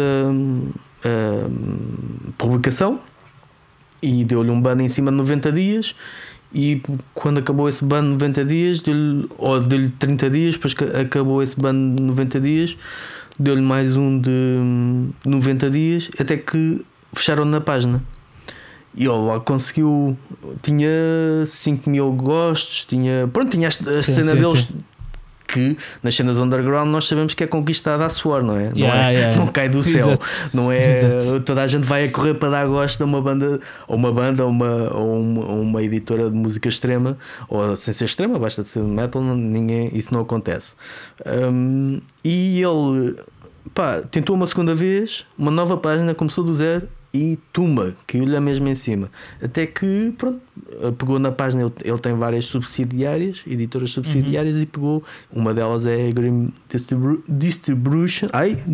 Speaker 2: publicação e deu-lhe um ban em cima de 90 dias. E quando acabou esse ban de 90 dias, deu-lhe 30 dias, depois que acabou esse ban de 90 dias, deu-lhe mais um de 90 dias, até que fecharam na página. E ele lá conseguiu, tinha 5.000 gostos, tinha a cena deles, que nas cenas underground nós sabemos que é conquistada à suor, não é? Não cai do céu. Exato. Não é? Exato. Toda a gente vai a correr para dar gosto a uma banda ou uma editora de música extrema, ou sem ser extrema, basta de ser metal, isso não acontece. E ele tentou uma segunda vez, uma nova página, começou do zero e caiu-lhe a mesma em cima. Até que, pronto, pegou na página. Ele tem várias subsidiárias, editoras subsidiárias, e pegou, uma delas é a Grim Distribution.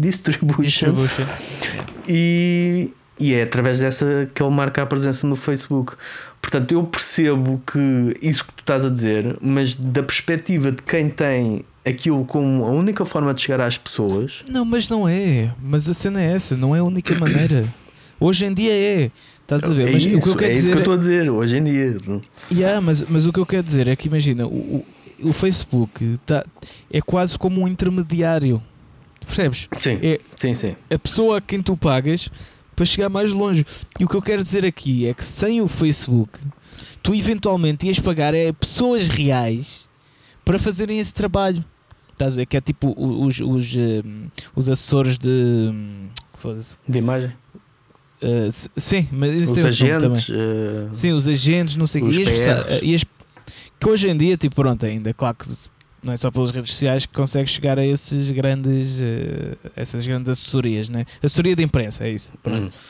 Speaker 2: E é através dessa que ele marca a presença no Facebook. Portanto, eu percebo que isso que tu estás a dizer, mas da perspectiva de quem tem aquilo como a única forma de chegar às pessoas.
Speaker 1: Não, mas não é. Mas a cena é essa, não é a única maneira. Hoje em dia é. Estás a ver? Mas o que eu quero dizer
Speaker 2: isso que eu estou a dizer, hoje em dia.
Speaker 1: Mas o que eu quero dizer é que, imagina, o Facebook é quase como um intermediário. Percebes?
Speaker 2: Sim, sim.
Speaker 1: A pessoa a quem tu pagas para chegar mais longe. E o que eu quero dizer aqui é que sem o Facebook, tu eventualmente ias pagar pessoas reais para fazerem esse trabalho. Estás a ver? Que é tipo os assessores de
Speaker 2: imagem.
Speaker 1: Sim, mas isso
Speaker 2: os agentes,
Speaker 1: sim, os agentes, não sei o quê. Que hoje em dia, tipo, pronto, ainda, claro que não é só pelas redes sociais que consegue chegar a esses essas grandes assessorias, né? Assessoria de imprensa, é isso.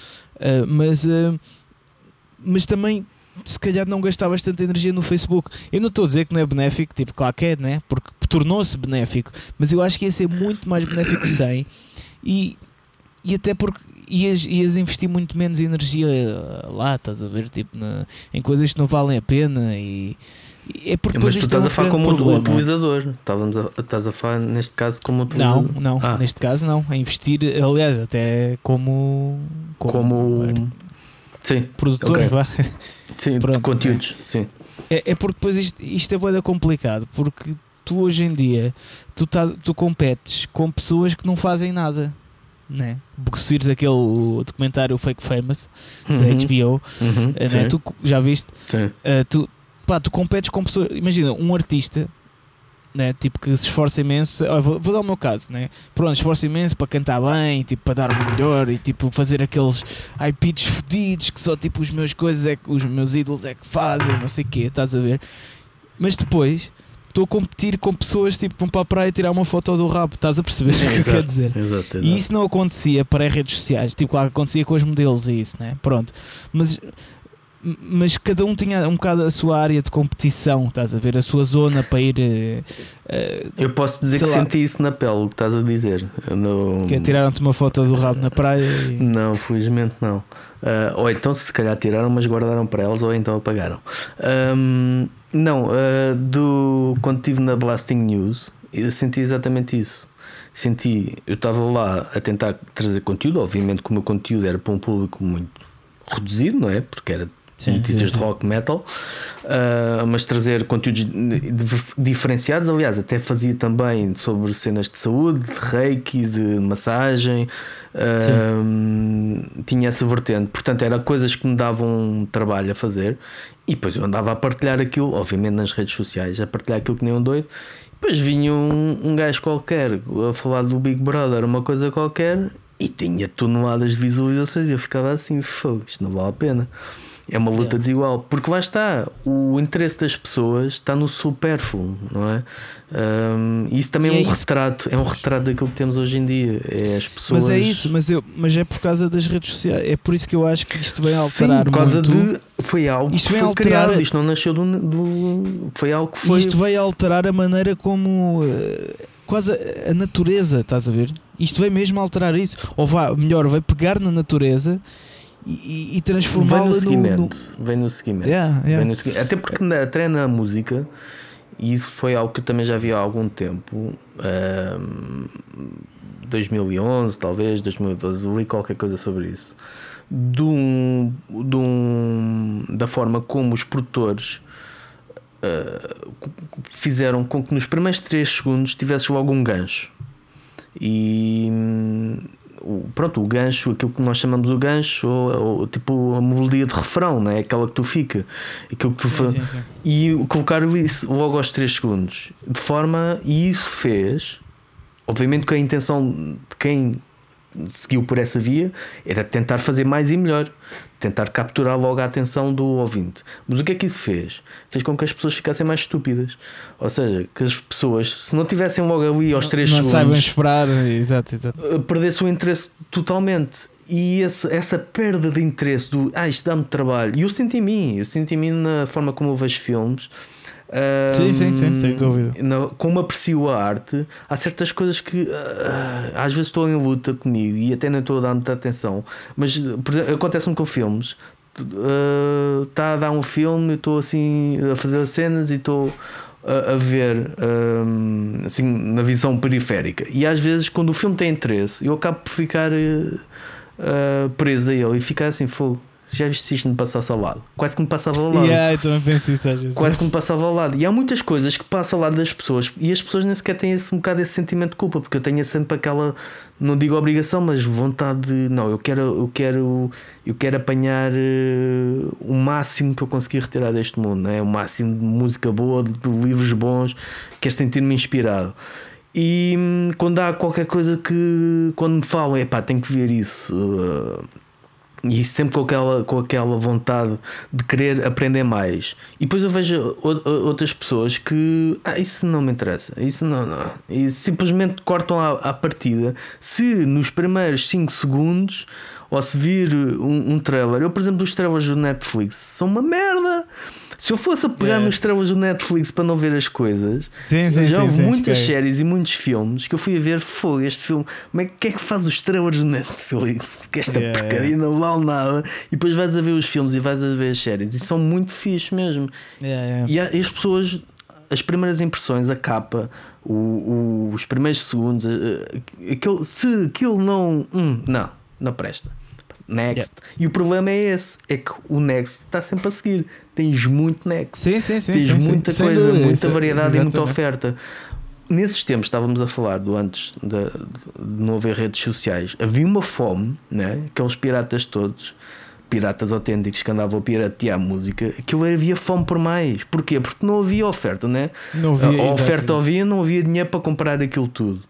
Speaker 1: Mas também, se calhar, não gastar bastante energia no Facebook. Eu não estou a dizer que não é benéfico, tipo, claro que é, né? Porque tornou-se benéfico, mas eu acho que ia ser muito mais benéfico sem, e até porque ias investir muito menos energia lá, estás a ver, tipo, em coisas que não valem a pena. E é porque
Speaker 2: mas tu estás a falar como utilizador. Estás a falar neste caso como utilizador.
Speaker 1: Não, neste caso não. A investir, aliás, até como
Speaker 2: sim,
Speaker 1: produtor,
Speaker 2: okay. Sim, pronto, de conteúdos, né? Sim.
Speaker 1: É porque depois isto é bué complicado, porque tu hoje em dia tu competes com pessoas que não fazem nada, né? Porque se vires aquele documentário Fake Famous da HBO, né? Tu já viste?
Speaker 2: Sim.
Speaker 1: Tu competes com pessoas. Imagina um artista, né? Tipo, que se esforça imenso. Vou dar o meu caso, né? Pronto, esforça imenso para cantar bem, tipo, para dar o melhor e tipo fazer aqueles high pitch fedidos que só tipo os meus ídolos é que fazem, não sei o quê, estás a ver? Mas depois estou a competir com pessoas tipo que vão para a praia tirar uma foto do rabo, estás a perceber o que eu quero dizer?
Speaker 2: Exato.
Speaker 1: E isso não acontecia para as redes sociais, tipo, claro que acontecia com os modelos e isso, né? Pronto, mas cada um tinha um bocado a sua área de competição, estás a ver? A sua zona para ir.
Speaker 2: Eu posso dizer que senti isso na pele, o que estás a dizer.
Speaker 1: Que tiraram-te uma foto do rabo na praia?
Speaker 2: Não, felizmente não. Ou então se calhar tiraram, mas guardaram para elas, ou então apagaram. Quando estive na Blasting News, eu senti exatamente isso. Eu estava lá a tentar trazer conteúdo, obviamente que o meu conteúdo era para um público muito reduzido, não é? Porque era notícias de rock metal, mas trazer conteúdos diferenciados. Aliás, até fazia também sobre cenas de saúde, de reiki, de massagem, tinha essa vertente. Portanto, eram coisas que me davam trabalho a fazer, e depois eu andava a partilhar aquilo, obviamente nas redes sociais, a partilhar aquilo que nem um doido. Depois vinha um gajo qualquer a falar do Big Brother, uma coisa qualquer, e tinha toneladas de visualizações, e eu ficava assim, fogo, isto não vale a pena. É uma luta desigual, porque lá está, o interesse das pessoas está no supérfluo, não é? Isso também é um retrato, daquilo que temos hoje em dia. É as pessoas.
Speaker 1: Mas é isso, mas é por causa das redes sociais. É por isso que eu acho que isto vem alterar.
Speaker 2: Sim, por causa
Speaker 1: muito.
Speaker 2: Foi algo
Speaker 1: isto
Speaker 2: que foi criado, isto não nasceu foi algo que foi.
Speaker 1: Isto veio alterar a maneira como quase a natureza, estás a ver? Isto veio mesmo alterar isso. Ou veio pegar na natureza e transformá-la
Speaker 2: no seguimento. Vem no seguimento.
Speaker 1: Vem no
Speaker 2: seguimento. Até porque até na música, e isso foi algo que eu também já vi há algum tempo, 2011 talvez, 2012, li qualquer coisa sobre isso, da forma como os produtores fizeram com que nos primeiros 3 segundos tivesses logo um gancho. E pronto, o gancho, aquilo que nós chamamos o gancho, ou tipo a melodia de refrão, não é? Aquela que tu fica, aquilo que tu faz, e colocaram isso logo aos 3 segundos, de forma, e isso fez, obviamente, que a intenção de quem seguiu por essa via era tentar fazer mais e melhor, tentar capturar logo a atenção do ouvinte. Mas o que é que isso fez? Fez com que as pessoas ficassem mais estúpidas. Ou seja, que as pessoas, se não tivessem logo ali aos 3 segundos,
Speaker 1: não saibam esperar, exato.
Speaker 2: Perdesse o interesse totalmente. E essa perda de interesse isto dá-me trabalho. E eu senti em mim na forma como eu vejo filmes.
Speaker 1: Sim, sem dúvida.
Speaker 2: Como aprecio a arte, há certas coisas que às vezes estou em luta comigo e até não estou a dar muita atenção. Mas, por exemplo, acontece-me com filmes. Está a dar um filme, eu estou assim a fazer as cenas e estou a ver assim na visão periférica. E às vezes, quando o filme tem interesse, eu acabo por ficar preso a ele e ficar assim, fogo. Se já viste isto me passasse ao lado, quase que me passava ao lado.
Speaker 1: Eu também penso isso às vezes.
Speaker 2: Quase que me passava ao lado. E há muitas coisas que passam ao lado das pessoas e as pessoas nem sequer têm um bocado esse sentimento de culpa, porque eu tenho sempre aquela, não digo obrigação, mas vontade de não, eu quero apanhar o máximo que eu conseguir retirar deste mundo, não é? O máximo de música boa, de livros bons, quero sentir-me inspirado. E quando há qualquer coisa que, quando me falam, tenho que ver isso. E sempre com aquela vontade de querer aprender mais. E depois eu vejo outras pessoas que isso não me interessa, isso não. E simplesmente cortam à partida. Se nos primeiros 5 segundos, ou se vir um trailer, eu por exemplo dos trailers do Netflix são uma merda. Se eu fosse a pegar nos trailers do Netflix para não ver as coisas, já houve muitas séries e muitos filmes que eu fui a ver, este filme, como é que faz os trailers do Netflix? Que esta porcaria não vale nada. E depois vais a ver os filmes e vais a ver as séries e são muito fixe mesmo. E as pessoas, as primeiras impressões, a capa, os primeiros segundos, se aquilo não presta. Next. E o problema é esse, é que o Next está sempre a seguir. Tens muito Next. Tens muita coisa, muita variedade e muita oferta. Nesses tempos estávamos a falar antes de não haver redes sociais. Havia uma fome, né? Aqueles piratas todos, piratas autênticos que andavam a piratear a música, aquilo havia fome por mais. Porquê? Porque não havia oferta, né?
Speaker 1: Não havia,
Speaker 2: a oferta havia, não havia dinheiro para comprar aquilo tudo.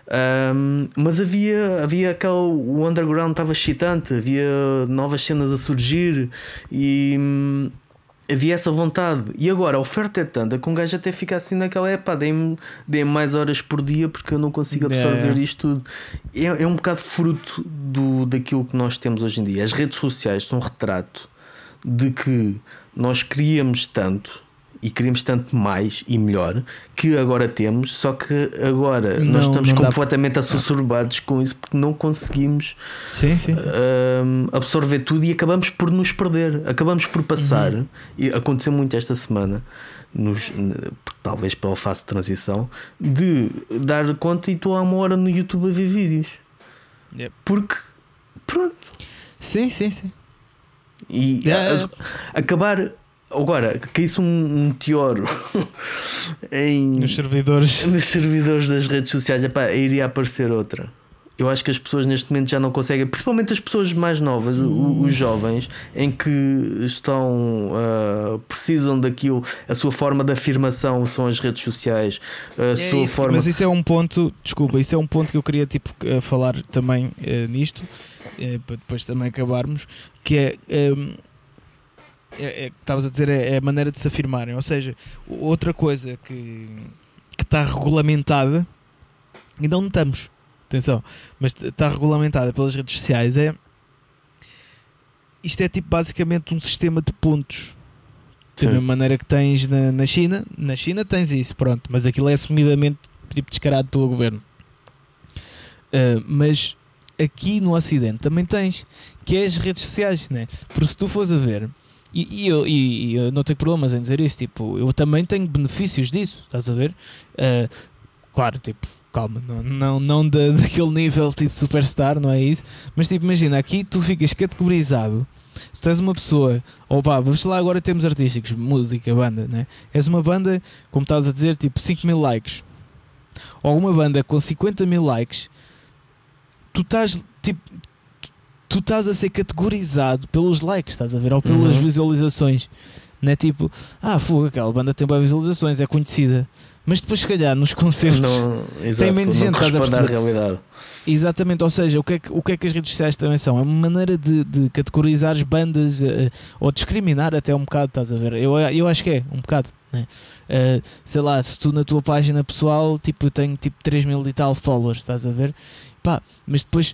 Speaker 2: Mas havia o underground estava excitante, havia novas cenas a surgir e havia essa vontade. E agora a oferta é tanta que um gajo até fica assim naquela dê-me mais horas por dia porque eu não consigo absorver isto tudo. É um bocado fruto daquilo que nós temos hoje em dia. As redes sociais são um retrato de que nós queríamos tanto e queríamos tanto mais e melhor que agora temos, só que agora nós estamos completamente assussurbados com isso porque não conseguimos absorver tudo e acabamos por nos perder, acabamos por passar. E aconteceu muito esta semana, talvez pela fase de transição, de dar conta e estou há 1 hora no YouTube a ver vídeos. Porque pronto.
Speaker 1: Sim.
Speaker 2: E acabar. Agora, caísse um teoro
Speaker 1: nos servidores
Speaker 2: das redes sociais, iria aparecer outra. Eu acho que as pessoas neste momento já não conseguem, principalmente as pessoas mais novas, os jovens, em que precisam daquilo, a sua forma de afirmação são as redes sociais, forma.
Speaker 1: Mas isso é um ponto, isso é um ponto que eu queria falar também nisto, para depois também acabarmos, que é estavas a dizer, é a maneira de se afirmarem. Ou seja, outra coisa que está regulamentada, e não notamos, atenção, mas está regulamentada pelas redes sociais, isto é tipo basicamente um sistema de pontos. Da mesma maneira que tens na China. Na China tens isso, pronto, mas aquilo é assumidamente tipo descarado pelo governo. Mas aqui no Ocidente também tens, que é as redes sociais, né? Porque se tu fores a ver, e eu não tenho problemas em dizer isso, tipo, eu também tenho benefícios disso, estás a ver? Claro, tipo, calma, não daquele nível tipo superstar, não é isso, mas tipo, imagina, aqui tu ficas categorizado. Se tu és uma pessoa, ou pá, vamos lá agora termos artísticos, música, banda, né? És uma banda, como estás a dizer, tipo 5.000 likes, ou uma banda com 50.000 likes, tu estás a ser categorizado pelos likes, estás a ver, ou pelas visualizações, não é tipo, fogo, aquela banda tem boas visualizações, é conhecida, mas depois se calhar nos concertos tem menos gente, estás a perceber?
Speaker 2: Realidade.
Speaker 1: Exatamente, ou seja, o que é que as redes sociais também são? É uma maneira de categorizar as bandas, ou discriminar até um bocado, estás a ver? Eu acho que é um bocado, né? Sei lá, se tu na tua página pessoal tipo, tenho tipo 3.000 e tal followers, estás a ver? Pá, mas depois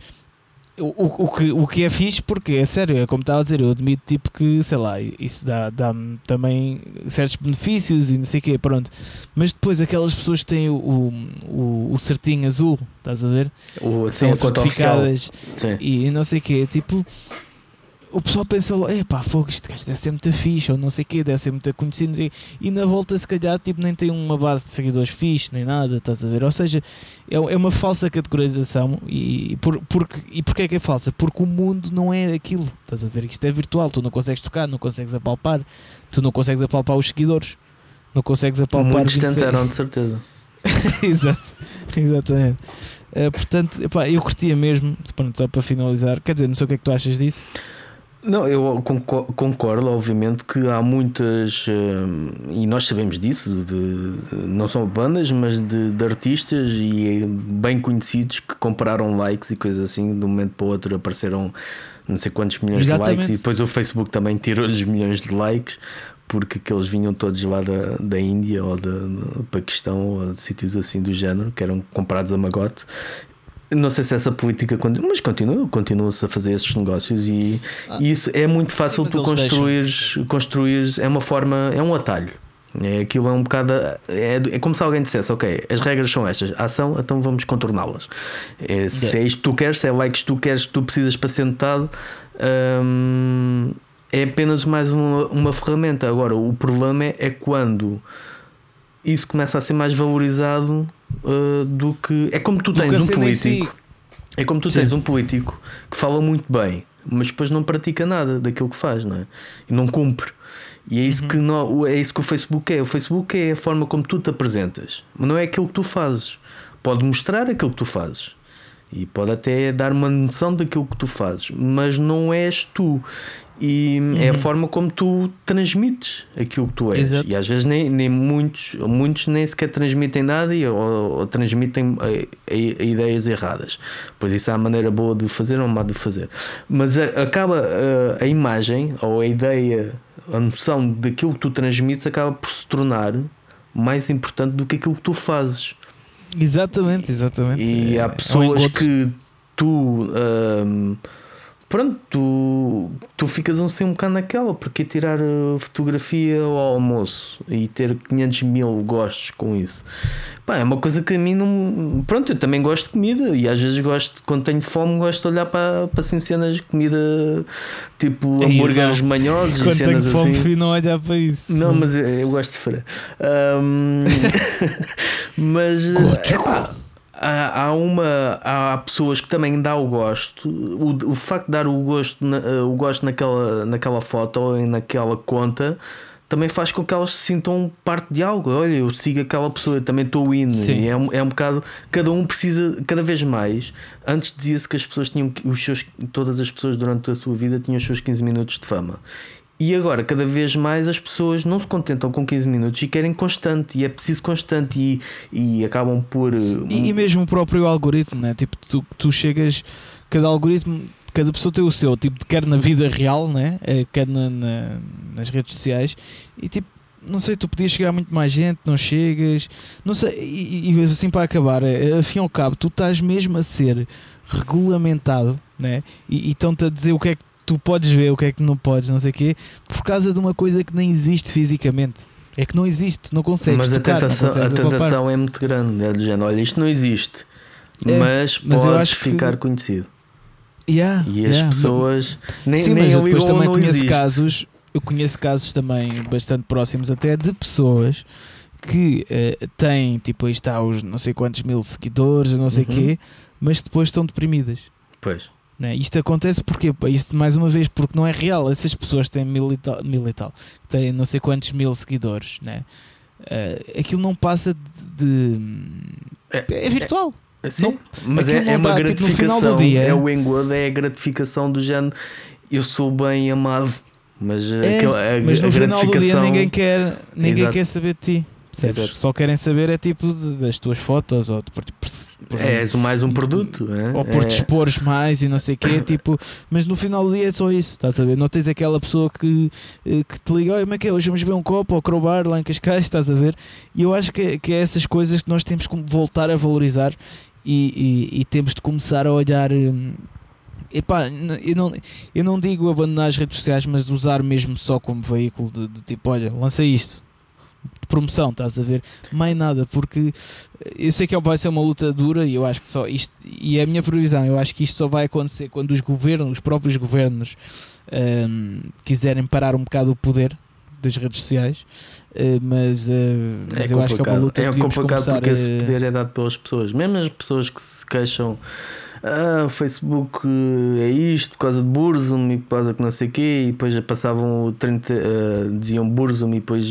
Speaker 1: o que é fixe, porque é sério, é como estava a dizer, eu admito tipo que, sei lá, isso dá-me também certos benefícios e não sei o quê, pronto, mas depois aquelas pessoas que têm o certinho azul, estás a ver? São certificadas e não sei o quê, tipo, o pessoal pensa logo, fogo, isto deve ser muito fixe, ou não sei o quê, deve ser muito conhecido, e na volta se calhar tipo, nem tem uma base de seguidores fixe, nem nada, estás a ver? Ou seja, é uma falsa categorização, e porquê é que é falsa? Porque o mundo não é aquilo, estás a ver? Isto é virtual, tu não consegues tocar, não consegues apalpar, tu não consegues apalpar os seguidores, não consegues apalpar...
Speaker 2: Muitos tentaram, de certeza.
Speaker 1: Exatamente. Portanto, eu curtia mesmo, pronto, só para finalizar, quer dizer, não sei o que é que tu achas disso.
Speaker 2: Não, eu concordo, obviamente, que há muitas, e nós sabemos disso, não são bandas, mas de artistas e bem conhecidos que compraram likes e coisas assim, de um momento para o outro apareceram não sei quantos milhões de likes, e depois o Facebook também tirou-lhes milhões de likes, porque aqueles vinham todos lá da Índia ou do Paquistão ou de sítios assim do género, que eram comprados a magote. Não sei se essa política mas continua-se a fazer esses negócios, e isso é muito fácil. Tu construires é uma forma, é um atalho. Aquilo é um bocado, é como se alguém dissesse, ok, as regras são estas, a ação, então vamos contorná-las. Se é isto que tu queres, se é likes que tu queres, que tu precisas para ser notado, é apenas mais uma ferramenta. Agora, o problema é quando isso começa a ser mais valorizado do que... É como tu tens um político. É como tu tens um político que fala muito bem, mas depois não pratica nada daquilo que faz, não é? E não cumpre. E é isso, é isso que o Facebook é. O Facebook é a forma como tu te apresentas, mas não é aquilo que tu fazes. Pode mostrar aquilo que tu fazes e pode até dar uma noção daquilo que tu fazes, mas não és tu. E é a forma como tu transmites aquilo que tu és. Exato. E às vezes nem muitos nem sequer transmitem nada, ou transmitem ideias erradas. Pois isso é a maneira boa de fazer ou má de fazer. Mas acaba a imagem ou a ideia, a noção daquilo que tu transmites acaba por se tornar mais importante do que aquilo que tu fazes.
Speaker 1: Exatamente.
Speaker 2: E há pessoas que tu... tu ficas assim um bocado naquela, porque tirar fotografia ao almoço e ter 500.000 gostos com isso, é uma coisa que a mim não... Pronto, eu também gosto de comida e às vezes gosto, quando tenho fome, gosto de olhar para assim, cenas de comida tipo hambúrgueres manhosos e cenas assim. Quando tenho fome,
Speaker 1: não olhar para isso.
Speaker 2: Não, mas eu gosto de fazer. Mas há pessoas que também dá o gosto. O facto de dar o gosto naquela foto ou naquela conta também faz com que elas se sintam parte de algo. Olha, eu sigo aquela pessoa, eu também estou indo. E é um bocado, cada um precisa cada vez mais. Antes dizia-se que as pessoas tinham todas as pessoas durante a sua vida tinham os seus 15 minutos de fama. E agora, cada vez mais, as pessoas não se contentam com 15 minutos e querem constante, e é preciso constante, e acabam por...
Speaker 1: E mesmo o próprio algoritmo, né? Tipo, tu chegas, cada algoritmo cada pessoa tem o seu, tipo, quer na vida real, né? Quer nas redes sociais, e tipo, não sei, tu podias chegar a muito mais gente, não chegas, não sei, e assim para acabar, afim ao cabo, tu estás mesmo a ser regulamentado, né? E estão-te a dizer o que é que tu podes ver, o que é que não podes, não sei o quê, por causa de uma coisa que nem existe fisicamente. É que não existe, não consegues.
Speaker 2: Mas
Speaker 1: tocar,
Speaker 2: a tentação é muito grande, é do género, olha, isto não existe, mas podes ficar conhecido. E as pessoas nem
Speaker 1: eu depois também
Speaker 2: conheço
Speaker 1: casos. Eu conheço casos também bastante próximos até de pessoas que têm, tipo, aí está os não sei quantos mil seguidores, não sei o quê, mas depois estão deprimidas.
Speaker 2: Pois.
Speaker 1: Né? Isto acontece porque, isto mais uma vez, porque não é real. Essas pessoas têm mil e tal, têm não sei quantos mil seguidores, né? Aquilo não passa é virtual.
Speaker 2: Sim,
Speaker 1: não,
Speaker 2: mas é uma gratificação, tipo, no final do dia, é o engodo, é a gratificação do género, eu sou bem amado. Mas
Speaker 1: no final do dia ninguém quer saber de ti. Só querem saber é tipo das tuas fotos ou
Speaker 2: és mais um produto
Speaker 1: ou por te expores mais e não sei o quê, tipo, mas no final do dia é só isso, estás a ver? Não tens aquela pessoa que te liga, como é que é? Hoje vamos ver um copo ou crowbar lá em Cascais, estás a ver? E eu acho que é essas coisas que nós temos que voltar a valorizar e temos de começar a olhar. Epá, eu não digo abandonar as redes sociais, mas usar mesmo só como veículo de tipo, olha, lança isto de promoção, estás a ver? Mais nada, porque eu sei que vai ser uma luta dura e eu acho que só isto, e é a minha previsão, eu acho que isto só vai acontecer quando os próprios governos quiserem parar um bocado o poder das redes sociais, mas eu acho que é uma luta que devíamos começar
Speaker 2: porque esse poder é dado pelas pessoas, mesmo as pessoas que se queixam. O Facebook é isto por causa de Burzum e por causa que não sei o quê, e depois passavam 30, diziam Burzum e depois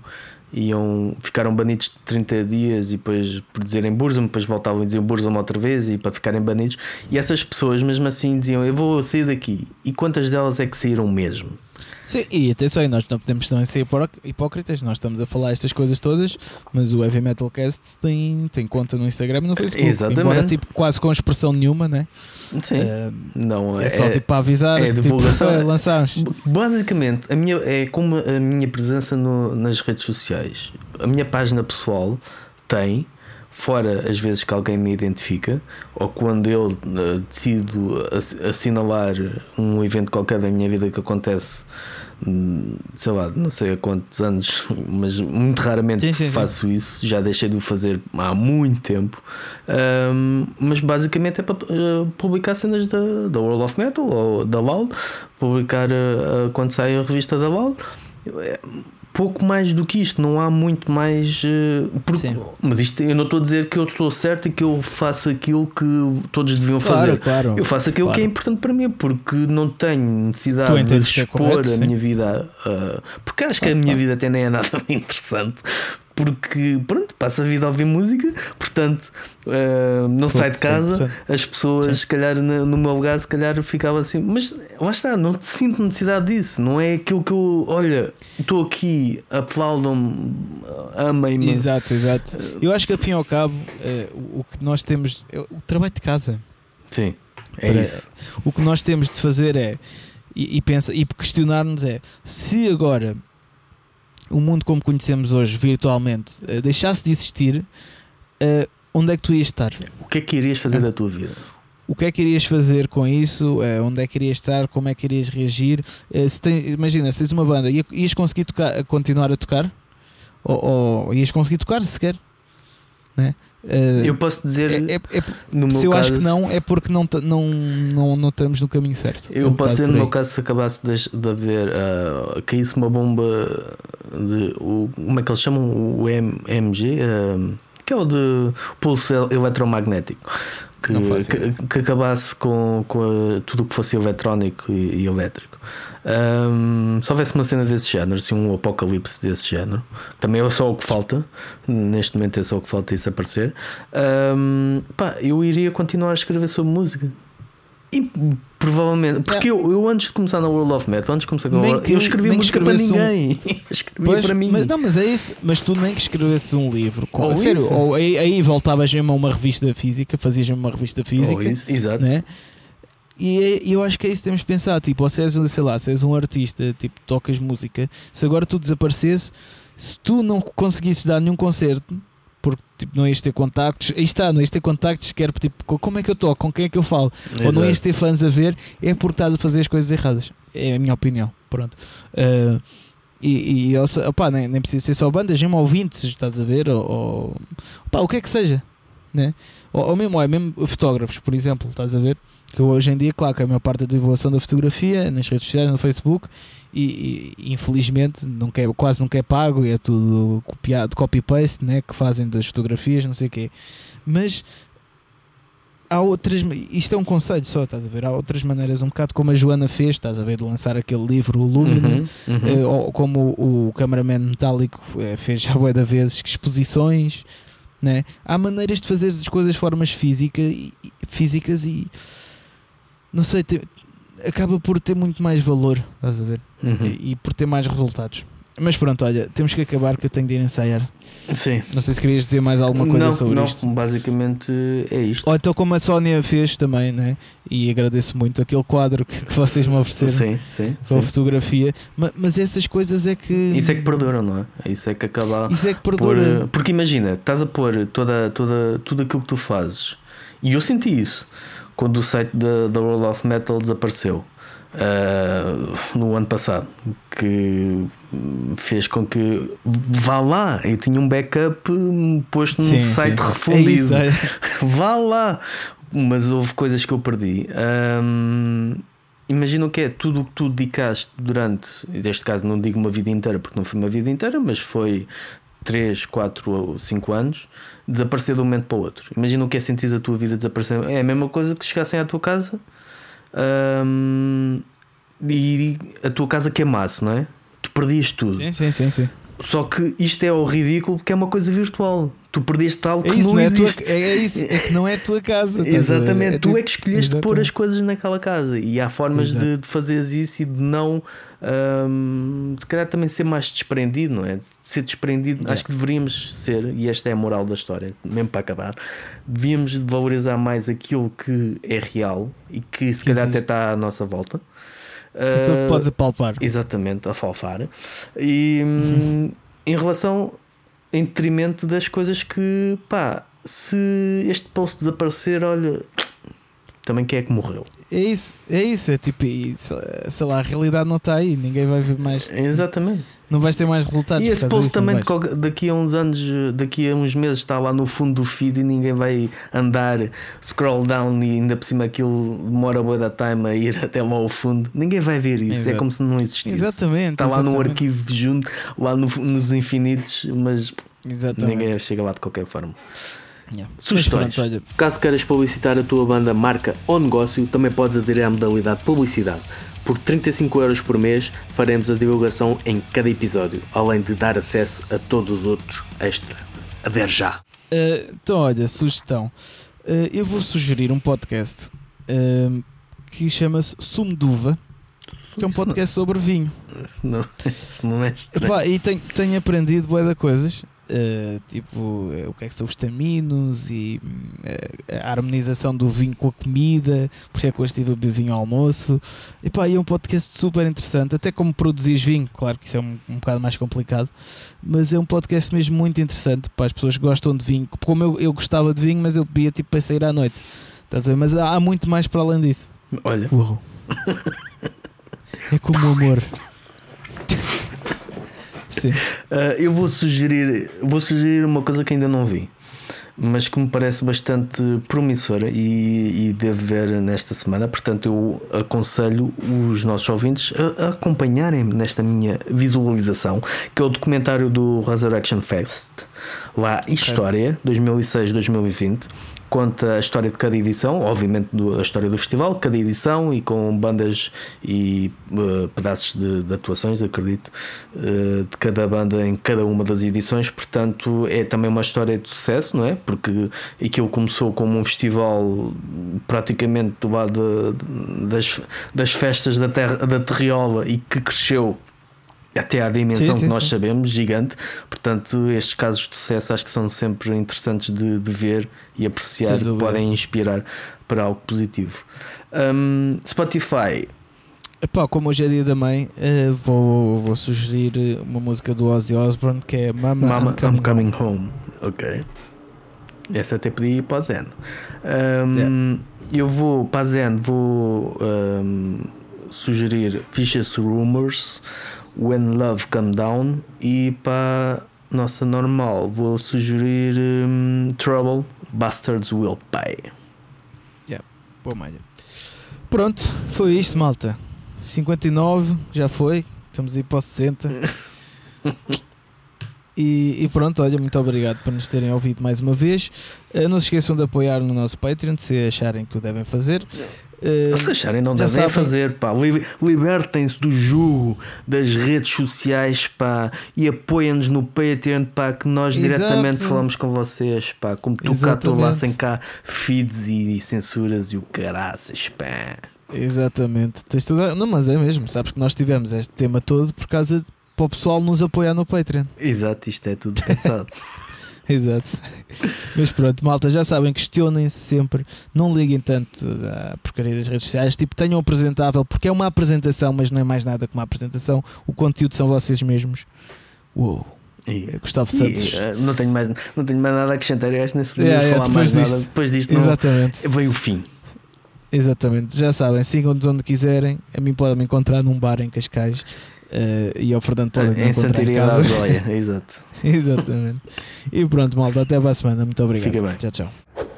Speaker 2: ficaram banidos de 30 dias e depois por dizerem Burzum, depois voltavam e diziam Burzum outra vez e para ficarem banidos, e essas pessoas mesmo assim diziam eu vou sair daqui, e quantas delas é que saíram mesmo?
Speaker 1: Sim, e atenção, nós não podemos também ser hipócritas, nós estamos a falar estas coisas todas, mas o Heavy Metal Cast tem conta no Instagram e no Facebook.
Speaker 2: Exatamente.
Speaker 1: Embora tipo quase com expressão nenhuma, né?
Speaker 2: Sim.
Speaker 1: Não, é só tipo para avisar,
Speaker 2: é divulgação.
Speaker 1: Tipo, lançamos.
Speaker 2: Basicamente, é como a minha presença nas redes sociais. A minha página pessoal tem, fora as vezes que alguém me identifica, ou quando eu decido assinalar um evento qualquer da minha vida que acontece, sei lá, não sei há quantos anos, mas muito raramente faço isso, já deixei de o fazer há muito tempo, mas basicamente é para publicar cenas da World of Metal ou da Loud, publicar quando sai a revista da Loud. Pouco mais do que isto, não há muito mais. Mas isto eu não estou a dizer que eu estou certo e que eu faço aquilo que todos deviam fazer.
Speaker 1: Claro,
Speaker 2: eu faço aquilo que é importante para mim, porque não tenho necessidade de expor a minha vida. Porque acho que a minha vida até nem é nada bem interessante. Porque, pronto, passo a vida a ouvir música, portanto, não saio de casa. As pessoas, se calhar, no meu lugar, se calhar ficava assim, mas lá está, não te sinto necessidade disso. Não é aquilo que eu, olha, estou aqui, aplaudam-me, amem-me.
Speaker 1: Exato. Eu acho que, ao fim e ao cabo, o que nós temos é o trabalho de casa.
Speaker 2: Sim, isso.
Speaker 1: O que nós temos de fazer é, e questionar-nos é, se agora o mundo como conhecemos hoje, virtualmente, deixasse de existir, onde é que tu ias estar?
Speaker 2: O que é que irias fazer da tua vida?
Speaker 1: O que é que irias fazer com isso? Onde é que irias estar? Como é que irias reagir? Imagina, se tens uma banda, ias conseguir continuar a tocar? Ou ias conseguir tocar sequer? Né?
Speaker 2: Eu posso dizer no meu
Speaker 1: se eu
Speaker 2: caso,
Speaker 1: acho que não, é porque não estamos no caminho certo.
Speaker 2: Eu posso dizer no meu caso, se acabasse de haver caísse uma bomba de como é que eles chamam? O MG, que é o de pulso eletromagnético, que acabasse com tudo o que fosse eletrónico e elétrico. Se houvesse uma cena desse género, assim, um apocalipse desse género, também é só o que falta. Neste momento é só o que falta isso aparecer. Eu iria continuar a escrever sobre música. E provavelmente, porque eu antes de começar na World of Metal, eu escrevia música para ninguém. Escrevia para mim.
Speaker 1: Mas é isso. Mas tu nem que escrevesses um livro, sério, ou aí voltavas mesmo a uma revista física, fazias mesmo uma revista física,
Speaker 2: exato.
Speaker 1: Né? E eu acho que é isso que temos de pensar, tipo, ou se és um artista, tipo, tocas música, se agora tu desaparecesse, se tu não conseguisses dar nenhum concerto, porque tipo, não ias ter contactos, aí está, não ias ter contactos, quer tipo, como é que eu toco, com quem é que eu falo,
Speaker 2: Exato.
Speaker 1: ou não ias ter fãs a ver, é porque estás a fazer as coisas erradas, é a minha opinião, pronto. Nem precisa ser só bandas, mesmo ouvintes, estás a ver, ou o que é que seja, né? Ou mesmo fotógrafos, por exemplo, estás a ver, que hoje em dia, claro que a maior parte da divulgação da fotografia nas redes sociais, no Facebook, e infelizmente quase nunca é pago, e é tudo copiado, copy-paste, né, que fazem das fotografias, não sei o quê, mas há outras, isto é um conselho só, estás a ver, há outras maneiras, um bocado como a Joana fez, estás a ver, de lançar aquele livro, o Lumina, ou como o cameraman metálico fez já bué de vezes, exposições, né? Há maneiras de fazer as coisas de formas físicas e não sei, acaba por ter muito mais valor, estás a ver, e por ter mais resultados. Mas pronto, olha, temos que acabar, que eu tenho de ir ensaiar.
Speaker 2: Sim.
Speaker 1: Não sei se querias dizer mais alguma coisa sobre isto.
Speaker 2: Não, basicamente é isto.
Speaker 1: Ou então como a Sónia fez também, né? E agradeço muito aquele quadro que vocês me ofereceram,
Speaker 2: sim,
Speaker 1: com a fotografia, mas essas coisas é que...
Speaker 2: Isso é que perduram, não é? Isso é que acaba...
Speaker 1: Isso é que perdura.
Speaker 2: Porque imagina, estás a pôr tudo aquilo que tu fazes, e eu senti isso quando o site da World of Metal desapareceu. No ano passado, que fez com que vá lá, eu tinha um backup posto num site refundido, vá lá, mas houve coisas que eu perdi. Imagina o que é tudo o que tu dedicaste durante, neste caso não digo uma vida inteira, porque não foi uma vida inteira, mas foi 3, 4 ou 5 anos, desaparecer de um momento para o outro. Imagina o que é sentir a tua vida desaparecer. É a mesma coisa que chegassem à tua casa e a tua casa queimasse, não é? Tu perdias tudo.
Speaker 1: Sim.
Speaker 2: Só que isto é o ridículo, porque é uma coisa virtual. Tu perdeste algo que
Speaker 1: isso,
Speaker 2: não existe.
Speaker 1: É isso, é que não é a tua casa.
Speaker 2: Exatamente, tu é que escolheste pôr as coisas naquela casa, e há formas de fazeres isso e de não se calhar também ser mais desprendido, não é? De ser desprendido, acho que deveríamos ser, e esta é a moral da história, mesmo para acabar, devíamos valorizar mais aquilo que é real e que se calhar até está à nossa volta.
Speaker 1: Aquilo que podes apalpar.
Speaker 2: Exatamente, a falfar. E em relação, em detrimento das coisas que, pá, se este post desaparecer, olha, também quem é que morreu?
Speaker 1: É isso, é tipo, sei lá, a realidade não está aí, ninguém vai ver mais.
Speaker 2: Exatamente.
Speaker 1: Não vais ter mais resultados.
Speaker 2: E esse post também daqui a uns anos, daqui a uns meses está lá no fundo do feed e ninguém vai andar scroll down e ainda por cima aquilo demora bué da time a ir até lá ao fundo. Ninguém vai ver isso.
Speaker 1: Exato.
Speaker 2: É como se não existisse.
Speaker 1: Exatamente.
Speaker 2: Está lá num arquivo junto, lá nos infinitos, mas ninguém chega lá de qualquer forma. Sugestões.
Speaker 1: Pronto,
Speaker 3: caso queiras publicitar a tua banda, marca ou negócio, também podes aderir à modalidade publicidade. Por 35€ por mês faremos a divulgação em cada episódio, além de dar acesso a todos os outros extra. Adere já!
Speaker 1: Então olha, sugestão, eu vou sugerir um podcast que chama-se Sumo de Uva, que é um podcast sobre vinho.
Speaker 2: Isso não é estranho.
Speaker 1: E tenho aprendido bué de coisas. O que é que são os taninos e a harmonização do vinho com a comida, porque é que hoje estive a beber vinho ao almoço. E é um podcast super interessante, até como produzires vinho, claro que isso é um bocado mais complicado, mas é um podcast mesmo muito interessante para as pessoas que gostam de vinho, como eu gostava de vinho, mas eu bebia tipo para sair à noite, estás a ver? Mas há muito mais para além disso.
Speaker 2: Olha,
Speaker 1: é como o amor. Sim.
Speaker 2: Eu vou sugerir uma coisa que ainda não vi, mas que me parece bastante promissora e devo ver nesta semana. Portanto, eu aconselho os nossos ouvintes a acompanharem-me nesta minha visualização, que é o documentário do Resurrection Fest, lá História 2006-2020. Conta a história de cada edição, obviamente a história do festival, cada edição, e com bandas e pedaços de atuações, acredito, de cada banda em cada uma das edições. Portanto, é também uma história de sucesso, não é? Porque aquilo começou como um festival praticamente do lado das festas da Terriola, e que cresceu até à dimensão
Speaker 1: sim,
Speaker 2: que nós
Speaker 1: sim.
Speaker 2: sabemos, gigante. Portanto, estes casos de sucesso acho que são sempre interessantes de ver e apreciar,
Speaker 1: Sem dúvida.
Speaker 2: podem inspirar para algo positivo. Spotify.
Speaker 1: Epá, como hoje é dia da mãe, vou sugerir uma música do Ozzy Osbourne que é Mama,
Speaker 2: I'm Coming Home. Ok. Essa até podia ir para o Zen. Eu vou para a Zen, vou sugerir Vicious Rumors, When Love Come Down, e para a nossa normal vou sugerir Trouble, Bastards Will Pay.
Speaker 1: Boa malha. Pronto, foi isto, malta. 59, já foi. Estamos aí para os 60. E pronto, olha, muito obrigado por nos terem ouvido mais uma vez. Não se esqueçam de apoiar no nosso Patreon, se acharem que o devem fazer.
Speaker 2: Se acharem, não
Speaker 1: já
Speaker 2: devem
Speaker 1: sabem.
Speaker 2: fazer, pá. Libertem-se do jugo das redes sociais, pá, e apoiem-nos no Patreon, pá, que nós
Speaker 1: Exato.
Speaker 2: diretamente falamos com vocês, pá, como tu cá, tu lá, sem cá feeds e censuras e o caraças, pá.
Speaker 1: Exatamente. Tens tudo... Não, mas é mesmo. Sabes que nós tivemos este tema todo por causa para o pessoal nos apoiar no Patreon.
Speaker 2: Exato, isto é tudo pensado.
Speaker 1: Exato. Mas pronto, malta, já sabem, questionem-se sempre, não liguem tanto à porcaria das redes sociais, tipo, tenham um apresentável, porque é uma apresentação, mas não é mais nada que uma apresentação, o conteúdo são vocês mesmos. Uou. Gustavo Santos.
Speaker 2: Não tenho mais nada a acrescentar, eu acho que nem se
Speaker 1: Yeah,
Speaker 2: falar mais
Speaker 1: depois
Speaker 2: nada.
Speaker 1: disto.
Speaker 2: Depois disto
Speaker 1: Exatamente.
Speaker 2: não, veio o fim.
Speaker 1: Exatamente, já sabem, sigam-nos onde quiserem, a mim podem me encontrar num bar em Cascais. E ao Fernando podem me
Speaker 2: Em
Speaker 1: encontrar em
Speaker 2: Santiria da
Speaker 1: casa.
Speaker 2: Azóia, exato.
Speaker 1: Exatamente. E pronto, malta, até para a semana. Muito obrigado.
Speaker 2: Fica bem.
Speaker 1: Tchau, tchau.